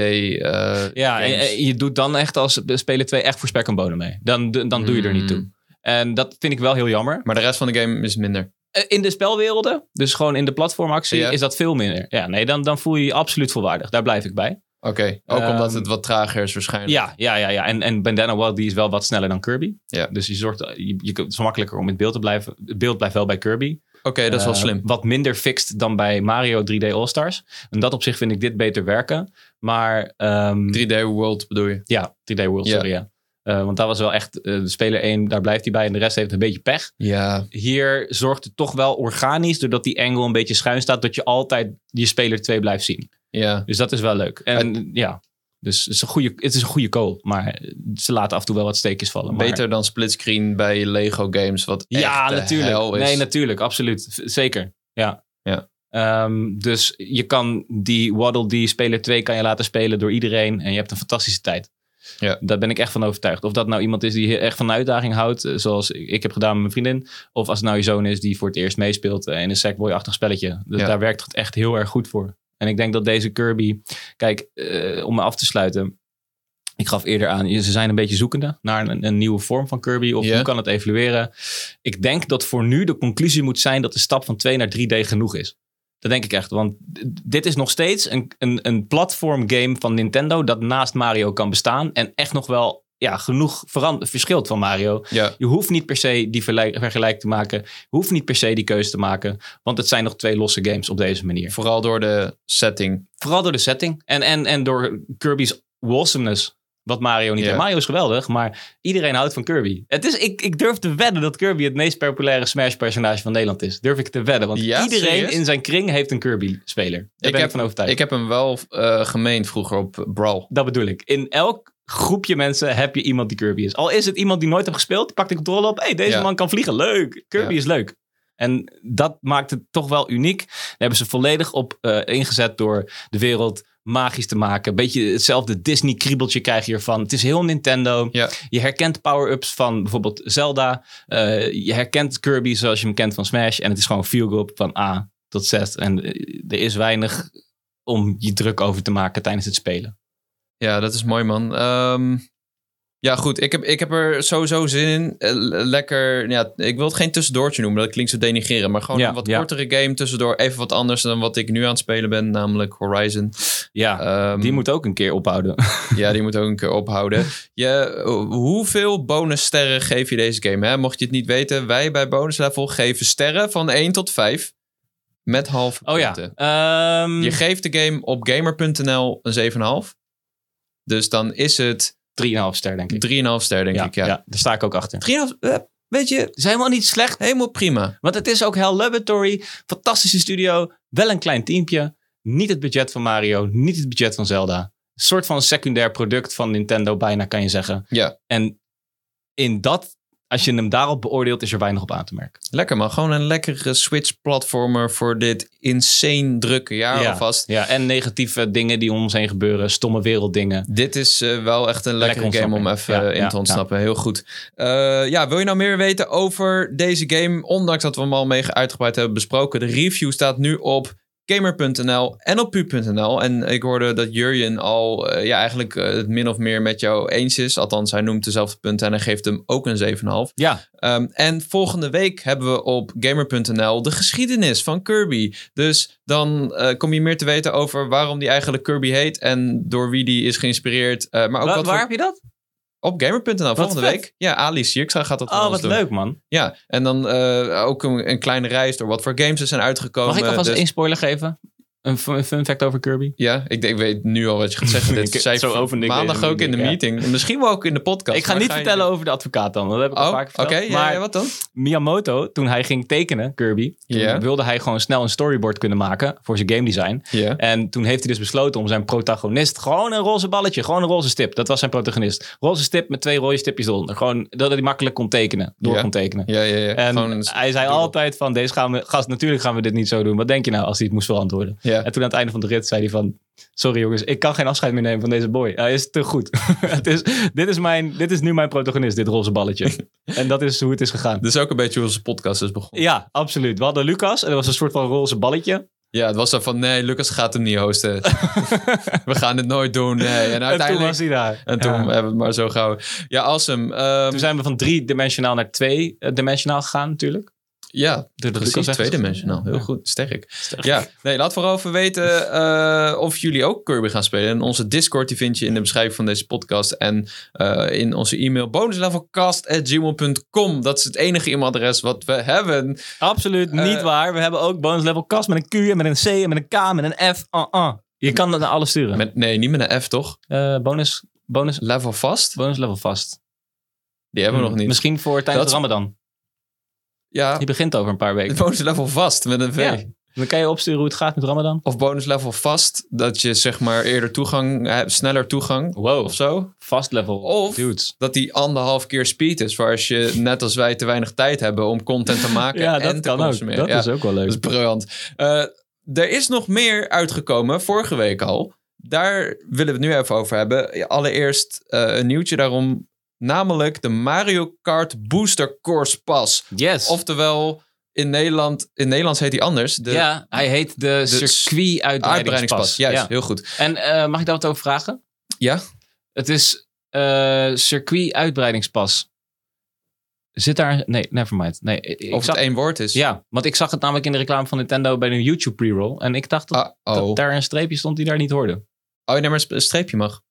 en je doet dan echt als speler 2 echt voor spek en bonen mee. Dan doe je er niet toe. En dat vind ik wel heel jammer. Maar de rest van de game is minder. In de spelwerelden, dus gewoon in de platformactie, is dat veel minder. Ja, nee, dan voel je je absoluut volwaardig. Daar blijf ik bij. Oké, ook omdat het wat trager is waarschijnlijk. Ja. En Bandana Waddle Dee is wel wat sneller dan Kirby. Ja. Dus het is makkelijker om in beeld te blijven. Het beeld blijft wel bij Kirby. Oké, dat is wel slim. Wat minder fixed dan bij Mario 3D All-Stars. En dat op zich vind ik dit beter werken. Maar... 3D World bedoel je? Ja, 3D World, sorry, ja. Want dat was wel echt de speler 1, daar blijft hij bij. En de rest heeft een beetje pech. Ja. Hier zorgt het toch wel organisch, doordat die angle een beetje schuin staat, dat je altijd je speler 2 blijft zien. Ja. Dus dat is wel leuk. En dus het is een goede co-op. Maar ze laten af en toe wel wat steekjes vallen. Beter dan splitscreen bij Lego games, wat echt natuurlijk. Hel is. Nee, natuurlijk. Absoluut. Zeker. Ja. Dus je kan die Waddle Dee speler 2 kan je laten spelen door iedereen. En je hebt een fantastische tijd. Ja. Daar ben ik echt van overtuigd. Of dat nou iemand is die echt van een uitdaging houdt, zoals ik heb gedaan met mijn vriendin. Of als het nou je zoon is die voor het eerst meespeelt in een Sackboy-achtig spelletje. Dus daar werkt het echt heel erg goed voor. En ik denk dat deze Kirby... Kijk, om me af te sluiten. Ik gaf eerder aan, ze zijn een beetje zoekende naar een nieuwe vorm van Kirby. Of hoe kan het evolueren? Ik denk dat voor nu de conclusie moet zijn dat de stap van 2 naar 3D genoeg is. Dat denk ik echt. Want dit is nog steeds een platform game van Nintendo dat naast Mario kan bestaan. En echt nog wel genoeg verschilt van Mario. Ja. Je hoeft niet per se die vergelijk te maken. Je hoeft niet per se die keuze te maken. Want het zijn nog 2 losse games op deze manier. Vooral door de setting. En door Kirby's awesomeness. Wat Mario niet heeft. Mario is geweldig, maar iedereen houdt van Kirby. Ik durf te wedden dat Kirby het meest populaire Smash-personage van Nederland is. Durf ik te wedden. Want iedereen serieus? In zijn kring heeft een Kirby-speler. Daar ben ik van overtuigd. Ik heb hem wel gemeend vroeger op Brawl. Dat bedoel ik. In elk groepje mensen heb je iemand die Kirby is. Al is het iemand die nooit heeft gespeeld, pak de controle op. Deze man kan vliegen. Leuk. Kirby is leuk. En dat maakt het toch wel uniek. Daar hebben ze volledig op ingezet door de wereld magisch te maken. Een beetje hetzelfde Disney-kriebeltje krijg je ervan. Het is heel Nintendo. Ja. Je herkent power-ups van bijvoorbeeld Zelda. Je herkent Kirby zoals je hem kent van Smash. En het is gewoon feel-good van A tot Z. En er is weinig om je druk over te maken tijdens het spelen. Ja, dat is mooi, man. Ja, goed. Ik heb er sowieso zin in. Lekker. Ja, ik wil het geen tussendoortje noemen. Dat klinkt zo denigreren. Maar gewoon een wat kortere game tussendoor. Even wat anders dan wat ik nu aan het spelen ben. Namelijk Horizon. Ja, die moet ook een keer ophouden. Ja, die moet ook een keer ophouden. Hoeveel bonussterren geef je deze game? Hè? Mocht je het niet weten. Wij bij Bonus Level geven sterren van 1 tot 5. Met halve punten. Je geeft de game op gamer.nl een 7,5. Dus dan is het 3,5 ster, denk ik. 3,5 ster, denk ik, ja. Daar sta ik ook achter. 3,5, weet je, is helemaal niet slecht. Helemaal prima. Want het is ook Hell Laboratory. Fantastische studio. Wel een klein teampje. Niet het budget van Mario. Niet het budget van Zelda. Een soort van secundair product van Nintendo bijna, kan je zeggen. Ja. En als je hem daarop beoordeelt, is er weinig op aan te merken. Lekker man. Gewoon een lekkere Switch-platformer voor dit insane drukke jaar alvast. Ja, en negatieve dingen die om ons heen gebeuren. Stomme werelddingen. Dit is wel echt een lekkere game om even in te ontsnappen. Ja. Heel goed. Wil je nou meer weten over deze game? Ondanks dat we hem al uitgebreid hebben besproken. De review staat nu op gamer.nl en op pu.nl. En ik hoorde dat Jurjen al eigenlijk het min of meer met jou eens is. Althans, hij noemt dezelfde punten en hij geeft hem ook een 7,5. Ja. En volgende week hebben we op gamer.nl de geschiedenis van Kirby. Dus dan kom je meer te weten over waarom die eigenlijk Kirby heet en door wie die is geïnspireerd. Maar ook waar heb je dat? Op gamer.nl volgende week. Ja, Ali Sierkstra gaat dat wat doen. Leuk, man. Ja, en dan ook een kleine reis door wat voor games er zijn uitgekomen. Mag ik alvast één spoiler geven? Een fun fact over Kirby? Ja, ik weet nu al wat je gaat zeggen. Dit zei zo maandag ook in de meeting. Misschien wel ook in de podcast. Ik ga niet vertellen over de advocaat dan. Dat heb ik al vaak verteld. Oké, maar wat dan? Miyamoto, toen hij ging tekenen, Kirby, wilde hij gewoon snel een storyboard kunnen maken voor zijn game design. Yeah. En toen heeft hij dus besloten om zijn protagonist gewoon een roze balletje, gewoon een roze stip. Dat was zijn protagonist. Roze stip met 2 rode stipjes eronder. Gewoon dat hij makkelijk kon tekenen. Kon tekenen. Ja. En hij zei altijd van, natuurlijk gaan we dit niet zo doen. Wat denk je nou als hij het moest verantwoorden? Ja. En toen aan het einde van de rit zei hij van, sorry jongens, ik kan geen afscheid meer nemen van deze boy. Hij is te goed. Dit is nu mijn protagonist, dit roze balletje. En dat is hoe het is gegaan. Dus ook een beetje hoe onze podcast is begonnen. Ja, absoluut. We hadden Lucas en dat was een soort van roze balletje. Ja, het was zo van, nee, Lucas gaat hem niet hosten. We gaan het nooit doen. Nee. En uiteindelijk toen was hij daar. En toen hebben we het maar zo gehouden. Ja, awesome. Toen zijn we van 3-dimensionaal naar 2-dimensionaal gegaan natuurlijk. Ja, precies, tweedimensionaal. Heel goed, sterk. Ja, nee, laat vooral even weten of jullie ook Kirby gaan spelen. En onze Discord die vind je in de beschrijving van deze podcast. En in onze e-mail bonuslevelcast@gmail.com. Dat is het enige e-mailadres wat we hebben. Absoluut niet waar. We hebben ook bonuslevelcast met een Q en met een C en met een K en met een F. Je kan dat naar alles sturen. Nee, niet met een F, toch? Bonus level vast? Bonus level vast. Die hebben we nog niet. Misschien voor tijdens Ramadan. Ja. Die begint over een paar weken. Bonus level vast met een V. Ja. Dan kan je opsturen hoe het gaat met Ramadan. Of bonus level vast. Dat je zeg maar eerder toegang hebt. Sneller toegang. Wow. Of zo. Fast level. Of dat die 1,5 keer speed is. Waar als je net als wij te weinig tijd hebben om content te maken. Ja, dat en te kan consumeren. Ook. Dat is ook wel leuk. Dat is briljant. Er is nog meer uitgekomen. Vorige week al. Daar willen we het nu even over hebben. Allereerst een nieuwtje daarom. Namelijk de Mario Kart Booster Course Pass. Yes. Oftewel, in Nederlands heet hij anders. Hij heet de Circuit Uitbreidingspas. Juist, heel goed. En mag ik daar wat over vragen? Ja. Het is Circuit Uitbreidingspas. Zit daar... Nee, nevermind. Nee, of het één woord is. Ja, want ik zag het namelijk in de reclame van Nintendo bij een YouTube pre-roll. En ik dacht dat daar een streepje stond die daar niet hoorde. Oh, nee, maar een streepje mag.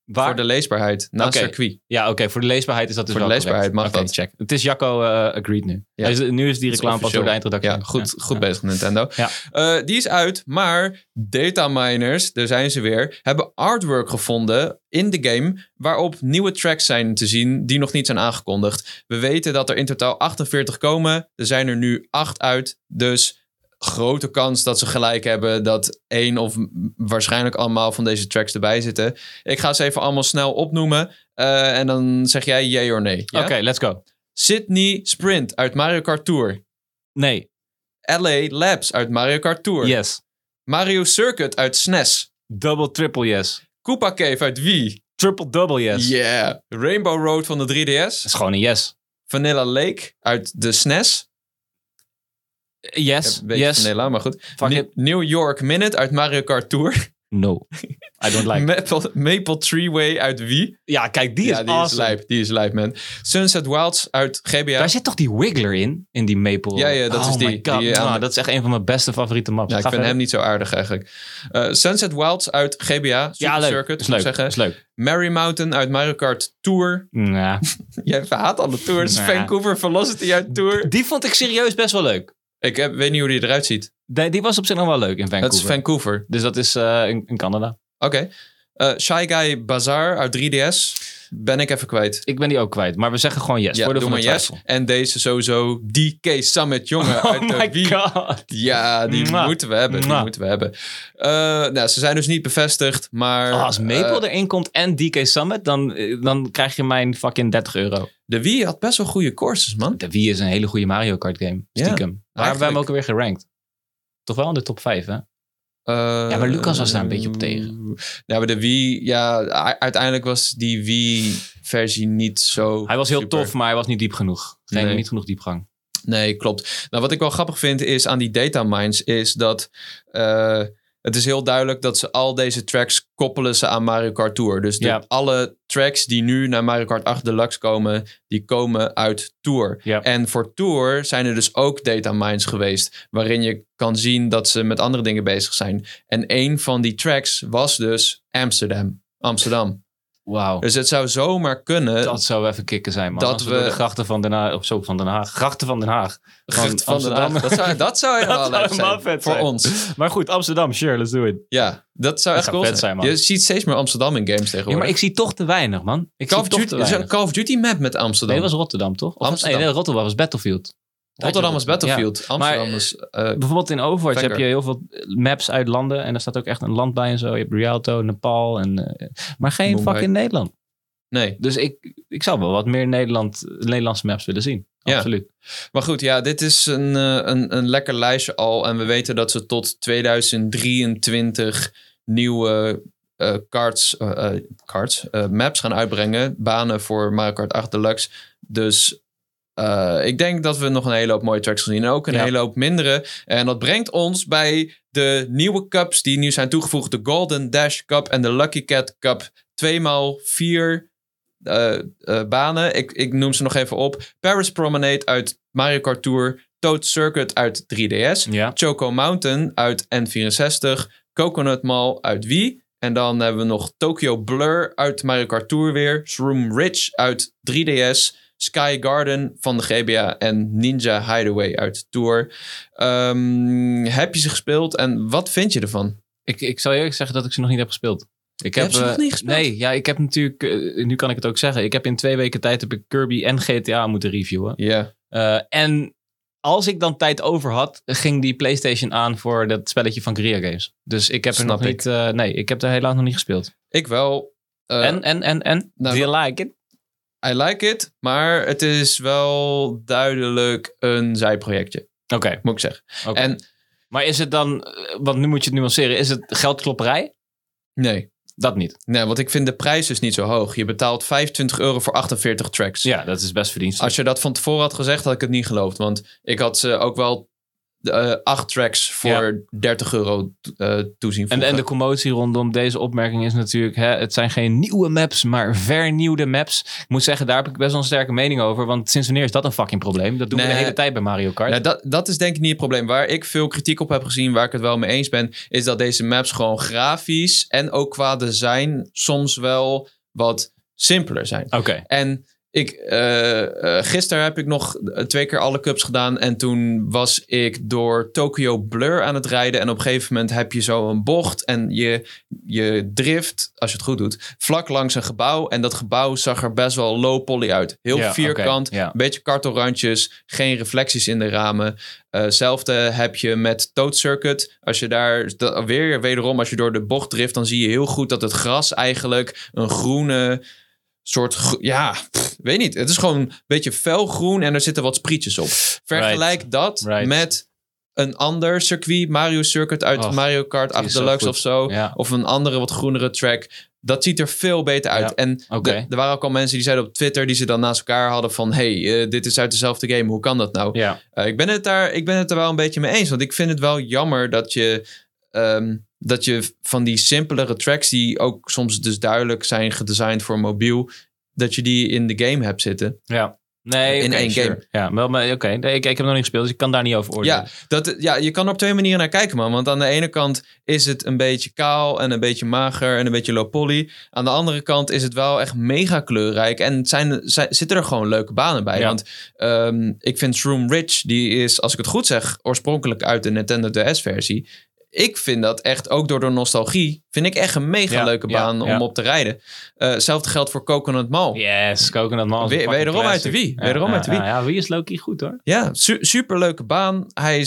Waar? Voor de leesbaarheid, naast circuit. Ja, oké. Voor de leesbaarheid is dat dus voor wel de leesbaarheid correct. mag dat. Check. Het is Jacco agreed nu. Ja. Nu is die reclame pas door de eindredactie. Ja, goed bezig Nintendo. Ja. Die is uit, maar dataminers, daar zijn ze weer, hebben artwork gevonden in de game waarop nieuwe tracks zijn te zien die nog niet zijn aangekondigd. We weten dat er in totaal 48 komen. Er zijn er nu 8 uit, dus grote kans dat ze gelijk hebben dat 1 of waarschijnlijk allemaal van deze tracks erbij zitten. Ik ga ze even allemaal snel opnoemen en dan zeg jij yay or nee. Ja? Oké, let's go. Sydney Sprint uit Mario Kart Tour. Nee. LA Labs uit Mario Kart Tour. Yes. Mario Circuit uit SNES. Double, triple yes. Koopa Cave uit Wii. Triple, double yes. Yeah. Rainbow Road van de 3DS. Dat is gewoon een yes. Vanilla Lake uit de SNES. Yes. Een beetje Yes. vanilla, maar goed. Fuck it. New York Minute uit Mario Kart Tour. No. I don't like. Maple Treeway uit Wii. Ja, kijk, die is awesome. Die is lijp, man. Sunset Wilds uit GBA. Daar zit toch die Wiggler in die Maple? Ja, dat is die. My God. Dat is echt een van mijn beste favoriete maps. Ja, ik vind hem niet zo aardig eigenlijk. Sunset Wilds uit GBA. Ja, leuk. Circuit, is leuk. zeggen. Is leuk. Mary Mountain uit Mario Kart Tour. Nah. Jij haat alle tours. Nah. Vancouver Velocity uit Tour. Die vond ik serieus best wel leuk. Ik weet niet hoe die eruit ziet. Die was op zich nog wel leuk in Vancouver. Dat is Vancouver. Dus dat is in Canada. Oké. Shy Guy Bazaar uit 3DS. Ben ik even kwijt. Ik ben die ook kwijt. Maar we zeggen gewoon yes. Ja, doe maar yes. En deze sowieso DK Summit, jongen. Oh uit de my Wii. god. Ja, die moeten we hebben. Nou, ze zijn dus niet bevestigd, maar... Als Maple erin komt en DK Summit, dan krijg je mijn fucking €30. De Wii had best wel goede courses, man. De Wii is een hele goede Mario Kart game. Stiekem. Waar hebben we hem ook alweer gerankt? Toch wel in de top 5, hè? Ja, maar Lucas was daar een beetje op tegen. Ja, maar de Wii... Ja, uiteindelijk was die Wii-versie niet zo... Hij was heel super tof, maar hij was niet diep genoeg. Niet genoeg diepgang. Nee, klopt. Nou, wat ik wel grappig vind is aan die datamines is dat... het is heel duidelijk dat ze al deze tracks koppelen ze aan Mario Kart Tour. Dus alle tracks die nu naar Mario Kart 8 Deluxe komen, die komen uit Tour. Ja. En voor Tour zijn er dus ook datamines geweest, waarin je kan zien dat ze met andere dingen bezig zijn. En een van die tracks was dus Amsterdam. Wauw. Dus het zou zomaar kunnen... Dat zou even kicken zijn, man. Dat we door de grachten van Den Haag... Of zo, van Den Haag. Grachten van Den Haag. Van Amsterdam. Dat zou helemaal vet zijn. Voor ons. Maar goed, Amsterdam. Sure, let's do it. Ja, dat zou echt cool zijn. Je ziet steeds meer Amsterdam in games tegenwoordig. Ja, maar ik zie toch te weinig, man. Er is een Call of Duty map met Amsterdam. Nee, dat was Rotterdam, toch? Nee, Rotterdam was Battlefield. Rotterdam was Battlefield. Ja. Amsterdam was... bijvoorbeeld in Overwatch heb je heel veel maps uit landen. En daar staat ook echt een land bij en zo. Je hebt Rialto, Nepal. Maar geen Mumbai. fucking Nederland. Nee. Dus ik zou wel wat meer Nederlandse maps willen zien. Ja. Absoluut. Maar goed, ja, dit is een lekker lijstje al. En we weten dat ze tot 2023 nieuwe maps gaan uitbrengen. Banen voor Mario Kart 8 Deluxe. Dus ik denk dat we nog een hele hoop mooie tracks gaan zien. En ook een hele hoop mindere. En dat brengt ons bij de nieuwe cups die nu zijn toegevoegd. De Golden Dash Cup en de Lucky Cat Cup. 2x4 banen. Ik noem ze nog even op. Paris Promenade uit Mario Kart Tour. Toad Circuit uit 3DS. Ja. Choco Mountain uit N64. Coconut Mall uit Wii. En dan hebben we nog Tokyo Blur uit Mario Kart Tour weer. Shroom Ridge uit 3DS. Sky Garden van de GBA en Ninja Hideaway uit Tour. Heb je ze gespeeld en wat vind je ervan? Ik zal eerlijk zeggen dat ik ze nog niet heb gespeeld. Ik heb ze nog niet gespeeld? Nee, ja, ik heb natuurlijk... nu kan ik het ook zeggen. Ik heb in 2 weken tijd heb ik Kirby en GTA moeten reviewen. Ja. En als ik dan tijd over had, ging die PlayStation aan voor dat spelletje van Guerrilla Games. Dus ik heb er nog niet... nee, ik heb er helaas nog niet gespeeld. Ik wel. En? Do you like it? I like it, maar het is wel duidelijk een zijprojectje. Oké. Moet ik zeggen. Okay. En, maar is het dan, want nu moet je het nuanceren, is het geldklopperij? Nee. Dat niet. Nee, want ik vind de prijs dus niet zo hoog. Je betaalt €25 voor 48 tracks. Ja, dat is best verdienstelijk. Als je dat van tevoren had gezegd, had ik het niet geloofd. Want ik had ze ook wel 8 tracks voor €30 toezien voegen. En de commotie rondom deze opmerking is natuurlijk... het zijn geen nieuwe maps, maar vernieuwde maps. Ik moet zeggen, daar heb ik best wel een sterke mening over. Want sinds wanneer is dat een fucking probleem? Dat doen we de hele tijd bij Mario Kart. Nou, dat is denk ik niet het probleem. Waar ik veel kritiek op heb gezien, waar ik het wel mee eens ben... is dat deze maps gewoon grafisch en ook qua design soms wel wat simpeler zijn. Oké. En gisteren heb ik nog 2 keer alle cups gedaan. En toen was ik door Tokyo Blur aan het rijden. En op een gegeven moment heb je zo een bocht. En je drift, als je het goed doet, vlak langs een gebouw. En dat gebouw zag er best wel low poly uit. Heel vierkant, een beetje kartelrandjes. Geen reflecties in de ramen. Hetzelfde heb je met Toad Circuit. Als je daar wederom, als je door de bocht drift, dan zie je heel goed dat het gras eigenlijk een groene soort, weet niet. Het is gewoon een beetje felgroen en er zitten wat sprietjes op. Vergelijk dat met een ander circuit, Mario Circuit uit Mario Kart 8 Deluxe of zo. Ja. Of een andere wat groenere track. Dat ziet er veel beter uit. Ja. En er waren ook al mensen die zeiden op Twitter, die ze dan naast elkaar hadden van, dit is uit dezelfde game. Hoe kan dat nou? Ja. Ik ben het er wel een beetje mee eens. Want ik vind het wel jammer dat je van die simpelere tracks, die ook soms dus duidelijk zijn gedesigned voor mobiel, dat je die in de game hebt zitten. Ja. Nee, in één game. Ja, maar oké. Ik heb nog niet gespeeld, dus ik kan daar niet over oordelen. Ja, je kan er op 2 manieren naar kijken, man. Want aan de ene kant is het een beetje kaal en een beetje mager en een beetje low poly. Aan de andere kant is het wel echt mega kleurrijk en zitten er gewoon leuke banen bij. Ja. Want ik vind Shroom Ridge, die is, als ik het goed zeg, oorspronkelijk uit de Nintendo DS-versie. Ik vind dat echt, ook door de nostalgie, vind ik echt een mega leuke baan om op te rijden. Hetzelfde geldt voor Coconut Mall. Yes, Coconut Mall. Wederom uit de Wii. Ja, Wii is low-key goed hoor. Ja, superleuke baan. Hij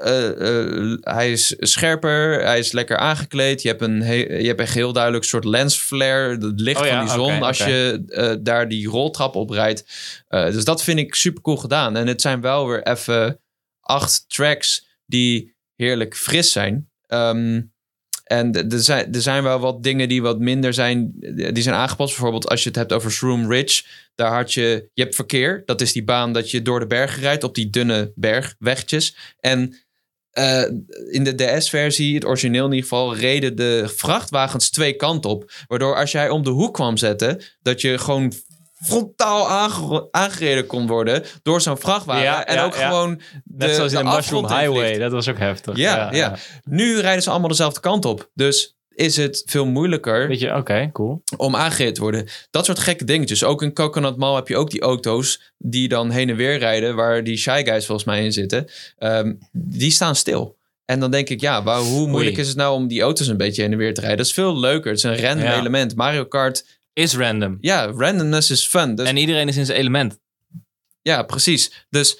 is scherper. Hij is lekker aangekleed. Je hebt een heel duidelijk soort lensflare. Het licht van die zon als je daar die roltrap op rijdt. Dus dat vind ik super cool gedaan. En het zijn wel weer even 8 tracks die heerlijk fris zijn. En er zijn wel wat dingen die wat minder zijn. Die zijn aangepast. Bijvoorbeeld als je het hebt over Shroom Ridge. Daar had je hebt verkeer. Dat is die baan dat je door de bergen rijdt. Op die dunne bergwegjes. En in de DS-versie, het origineel in ieder geval, reden de vrachtwagens 2 kanten op. Waardoor als jij om de hoek kwam zetten, dat je gewoon frontaal aangereden kon worden door zo'n vrachtwagen. Gewoon net zoals in de Mushroom Highway. Dat was ook heftig. Ja. Nu rijden ze allemaal dezelfde kant op. Dus is het veel moeilijker. Weet je, cool. Om aangereden te worden. Dat soort gekke dingetjes. Ook in Coconut Mall heb je ook die auto's die dan heen en weer rijden, waar die Shy Guys volgens mij in zitten. Die staan stil. En dan denk ik, hoe moeilijk is het nou om die auto's een beetje heen en weer te rijden? Dat is veel leuker. Het is een random element. Mario Kart is random. Ja, randomness is fun. Dus, en iedereen is in zijn element. Ja, precies. Dus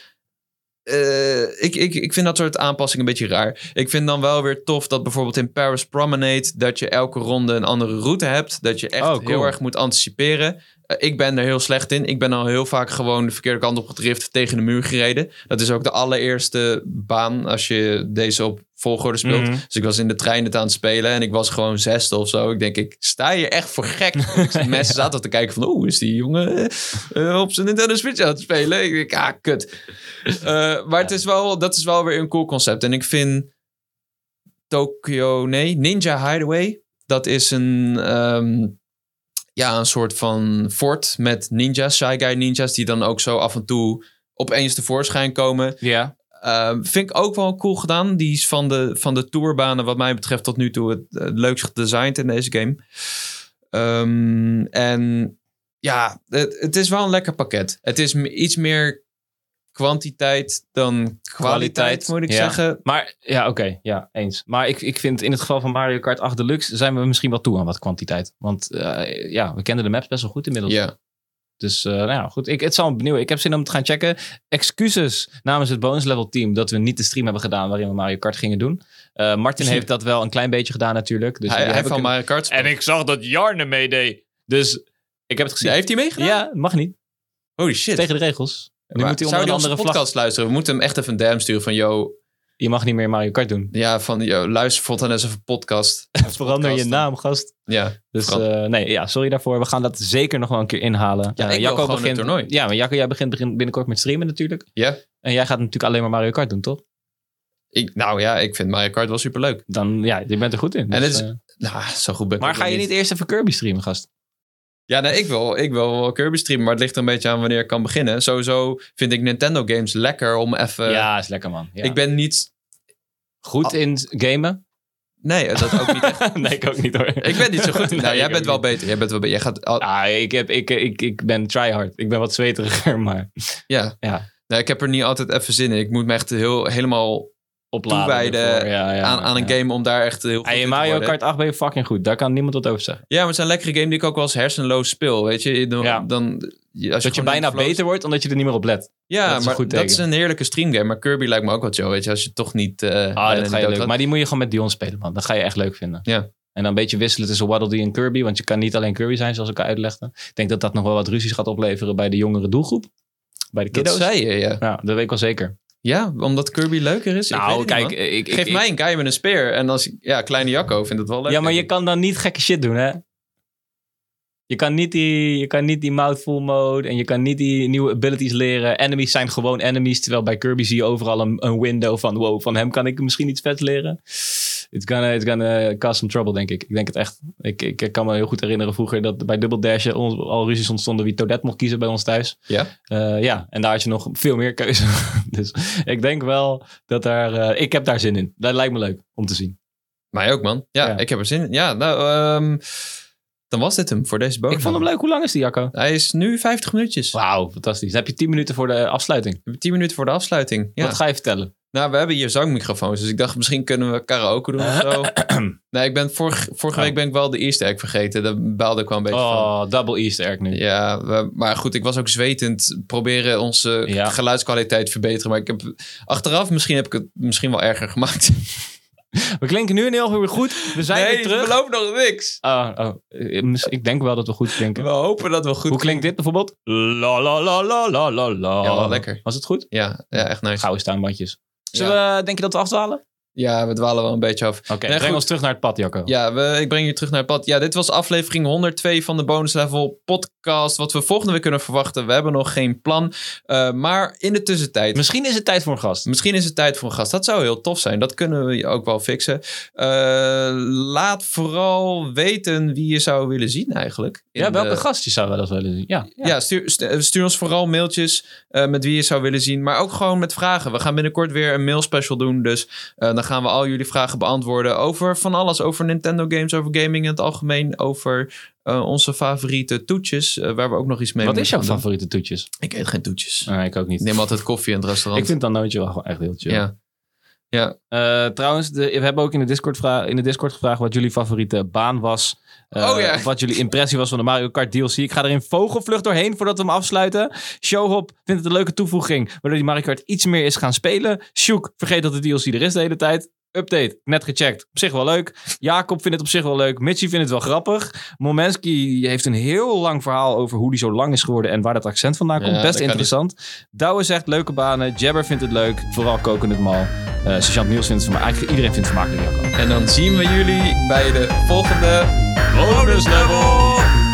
ik vind dat soort aanpassingen een beetje raar. Ik vind dan wel weer tof dat bijvoorbeeld in Paris Promenade, dat je elke ronde een andere route hebt. Dat je echt heel erg moet anticiperen. Ik ben er heel slecht in. Ik ben al heel vaak gewoon de verkeerde kant op gedrift, tegen de muur gereden. Dat is ook de allereerste baan als je deze op volgorde speelt. Mm-hmm. Dus ik was in de trein het aan het spelen en ik was gewoon 6e of zo. Ik sta je echt voor gek. Mensen zaten te kijken van, is die jongen op zijn Nintendo Switch aan het spelen? Ik denk, kut. Maar dat is wel weer een cool concept. En ik vind Ninja Hideaway, dat is een soort van fort met ninjas, Shy Guy ninjas, die dan ook zo af en toe opeens tevoorschijn komen. Ja. Vind ik ook wel cool gedaan. Die is van de tourbanen wat mij betreft tot nu toe het leukst gedesigned in deze game. Het is wel een lekker pakket. Het is iets meer kwantiteit dan kwaliteit, moet ik zeggen. Maar eens. Maar ik vind in het geval van Mario Kart 8 Deluxe zijn we misschien wel toe aan wat kwantiteit. Want we kennen de maps best wel goed inmiddels. Ja. Dus goed. Het zal me benieuwen. Ik heb zin om het te gaan checken. Excuses namens het bonus level team dat we niet de stream hebben gedaan waarin we Mario Kart gingen doen. Martin heeft dat wel een klein beetje gedaan natuurlijk. Dus hij heeft van Mario Kart en ik zag dat Jarne meedeed. Dus ik heb het gezien. Ja, heeft hij meegedaan? Ja, mag niet. Holy shit. Tegen de regels. Nu moet hij onder een andere podcast luisteren? We moeten hem echt even een DM sturen van, je mag niet meer Mario Kart doen. Ja, luister Fontaine eens even podcast. Verander je naam, gast. Ja. Dus sorry daarvoor. We gaan dat zeker nog wel een keer inhalen. Ja, Jacco begint het toernooi. Ja, maar Jacco, jij begint binnenkort met streamen natuurlijk. Ja. En jij gaat natuurlijk alleen maar Mario Kart doen, toch? Ik vind Mario Kart wel superleuk. Dan, je bent er goed in. Dus, en zo goed ben ik. Maar ga je niet eerst even Kirby streamen, gast? Ja, nee, ik wil wel Kirby streamen, maar het ligt er een beetje aan wanneer ik kan beginnen. Sowieso vind ik Nintendo games lekker om even... Ja, is lekker, man. Ja. Ik ben niet... Goed in gamen? Nee, dat ook niet echt. Nee, ik ook niet hoor. Ik ben niet zo goed. Nee, jij bent wel beter. Jij gaat... Ik ben tryhard. Ik ben wat zweteriger, maar... Ja. Nee, ik heb er niet altijd even zin in. Ik moet me echt helemaal toewijden aan een game om daar echt heel goed in te worden. Mario Kart 8 ben je fucking goed. Daar kan niemand wat over zeggen. Ja, maar het is een lekkere game die ik ook wel eens hersenloos speel. Weet je? Dat je bijna beter wordt omdat je er niet meer op let. Ja, dat is een heerlijke streamgame. Maar Kirby lijkt me ook wel zo. Weet je, als je toch niet... dat ga je leuk. Maar die moet je gewoon met Dion spelen, man. Dat ga je echt leuk vinden. Ja. En dan een beetje wisselen tussen Waddle Dee en Kirby. Want je kan niet alleen Kirby zijn, zoals ik uitlegde. Ik denk dat dat nog wel wat ruzies gaat opleveren bij de jongere doelgroep. Bij de kiddo's. Dat zei je, ja. Ja, dat weet ik wel zeker. Ja, omdat Kirby leuker is? Nou, kijk... Geef mij een guy met een speer. En als kleine Jacco vindt het wel leuk. Ja, maar je kan dan niet gekke shit doen, hè? Je kan niet die mouthful mode en je kan niet die nieuwe abilities leren. Enemies zijn gewoon enemies. Terwijl bij Kirby zie je overal een window van... Wow, van hem kan ik misschien iets vets leren. It's gonna cause some trouble, denk ik. Ik denk het echt. Ik kan me heel goed herinneren vroeger dat bij Double Dash al ruzies ontstonden wie Toadette mocht kiezen bij ons thuis. Ja? En daar had je nog veel meer keuze. Dus ik denk wel dat daar... ik heb daar zin in. Dat lijkt me leuk om te zien. Mij ook, man. Ja, ik heb er zin in. Ja, nou... Dan was dit hem voor deze bonus. Ik vond hem leuk. Hoe lang is die, Jacco? Hij is nu 50 minuutjes. Wauw, fantastisch. Dan heb je 10 minuten voor de afsluiting. We hebben 10 minuten voor de afsluiting. Ja. Wat ga je vertellen? Nou, we hebben hier zangmicrofoons. Dus ik dacht, misschien kunnen we karaoke doen of zo. Nee, ik ben vorige week ben ik wel de Easter egg vergeten. Daar baalde ik wel een beetje van. Oh, double Easter egg nu. Ja, maar goed, ik was ook zwetend. Proberen onze geluidskwaliteit te verbeteren. Maar achteraf, misschien heb ik het wel erger gemaakt. We klinken nu in heel veel goed. We zijn weer terug. We lopen nog niks. Ik denk wel dat we goed klinken. We hopen dat we goed Hoe klinkt dit bijvoorbeeld? La la la la la la la. Ja, wel lekker. Was het goed? Ja, echt nice. Gouden staanbandjes. Denk je dat we afdwalen? Ja, we dwalen wel een beetje af. Oké, breng ons terug naar het pad, Jacco. Ja, ik breng je terug naar het pad. Ja, dit was aflevering 102 van de Bonus Level podcast. Wat we volgende week kunnen verwachten. We hebben nog geen plan. Maar in de tussentijd... Misschien is het tijd voor een gast. Dat zou heel tof zijn. Dat kunnen we ook wel fixen. Laat vooral weten wie je zou willen zien eigenlijk. Welke gast je zou wel eens willen zien. Ja, stuur ons vooral mailtjes met wie je zou willen zien. Maar ook gewoon met vragen. We gaan binnenkort weer een mailspecial doen. Dus dan gaan we al jullie vragen beantwoorden over van alles. Over Nintendo games, over gaming in het algemeen. Over onze favoriete toetjes. Waar we ook nog iets mee Wat is jouw favoriete toetjes? Ik eet geen toetjes. Ik ook niet. Ik neem altijd koffie in het restaurant. Ik vind dan nooit wel gewoon echt heel chill. Ja. Trouwens, we hebben ook in de Discord gevraagd wat jullie favoriete baan was. Wat jullie impressie was van de Mario Kart DLC. Ik ga er in vogelvlucht doorheen voordat we hem afsluiten. Showhop vindt het een leuke toevoeging, waardoor die Mario Kart iets meer is gaan spelen. Sjoek, vergeet dat de DLC er is de hele tijd. Update, net gecheckt. Op zich wel leuk. Jacob vindt het op zich wel leuk. Mitchie vindt het wel grappig. Momenski heeft een heel lang verhaal over hoe die zo lang is geworden en waar dat accent vandaan komt. Best interessant. Douwe zegt leuke banen. Jabber vindt het leuk. Vooral Coconut Mall. Sergeant Niels vindt het vermakelijk. Eigenlijk iedereen vindt het vermakelijk, Jacob. En dan zien we jullie bij de volgende Bonus Level.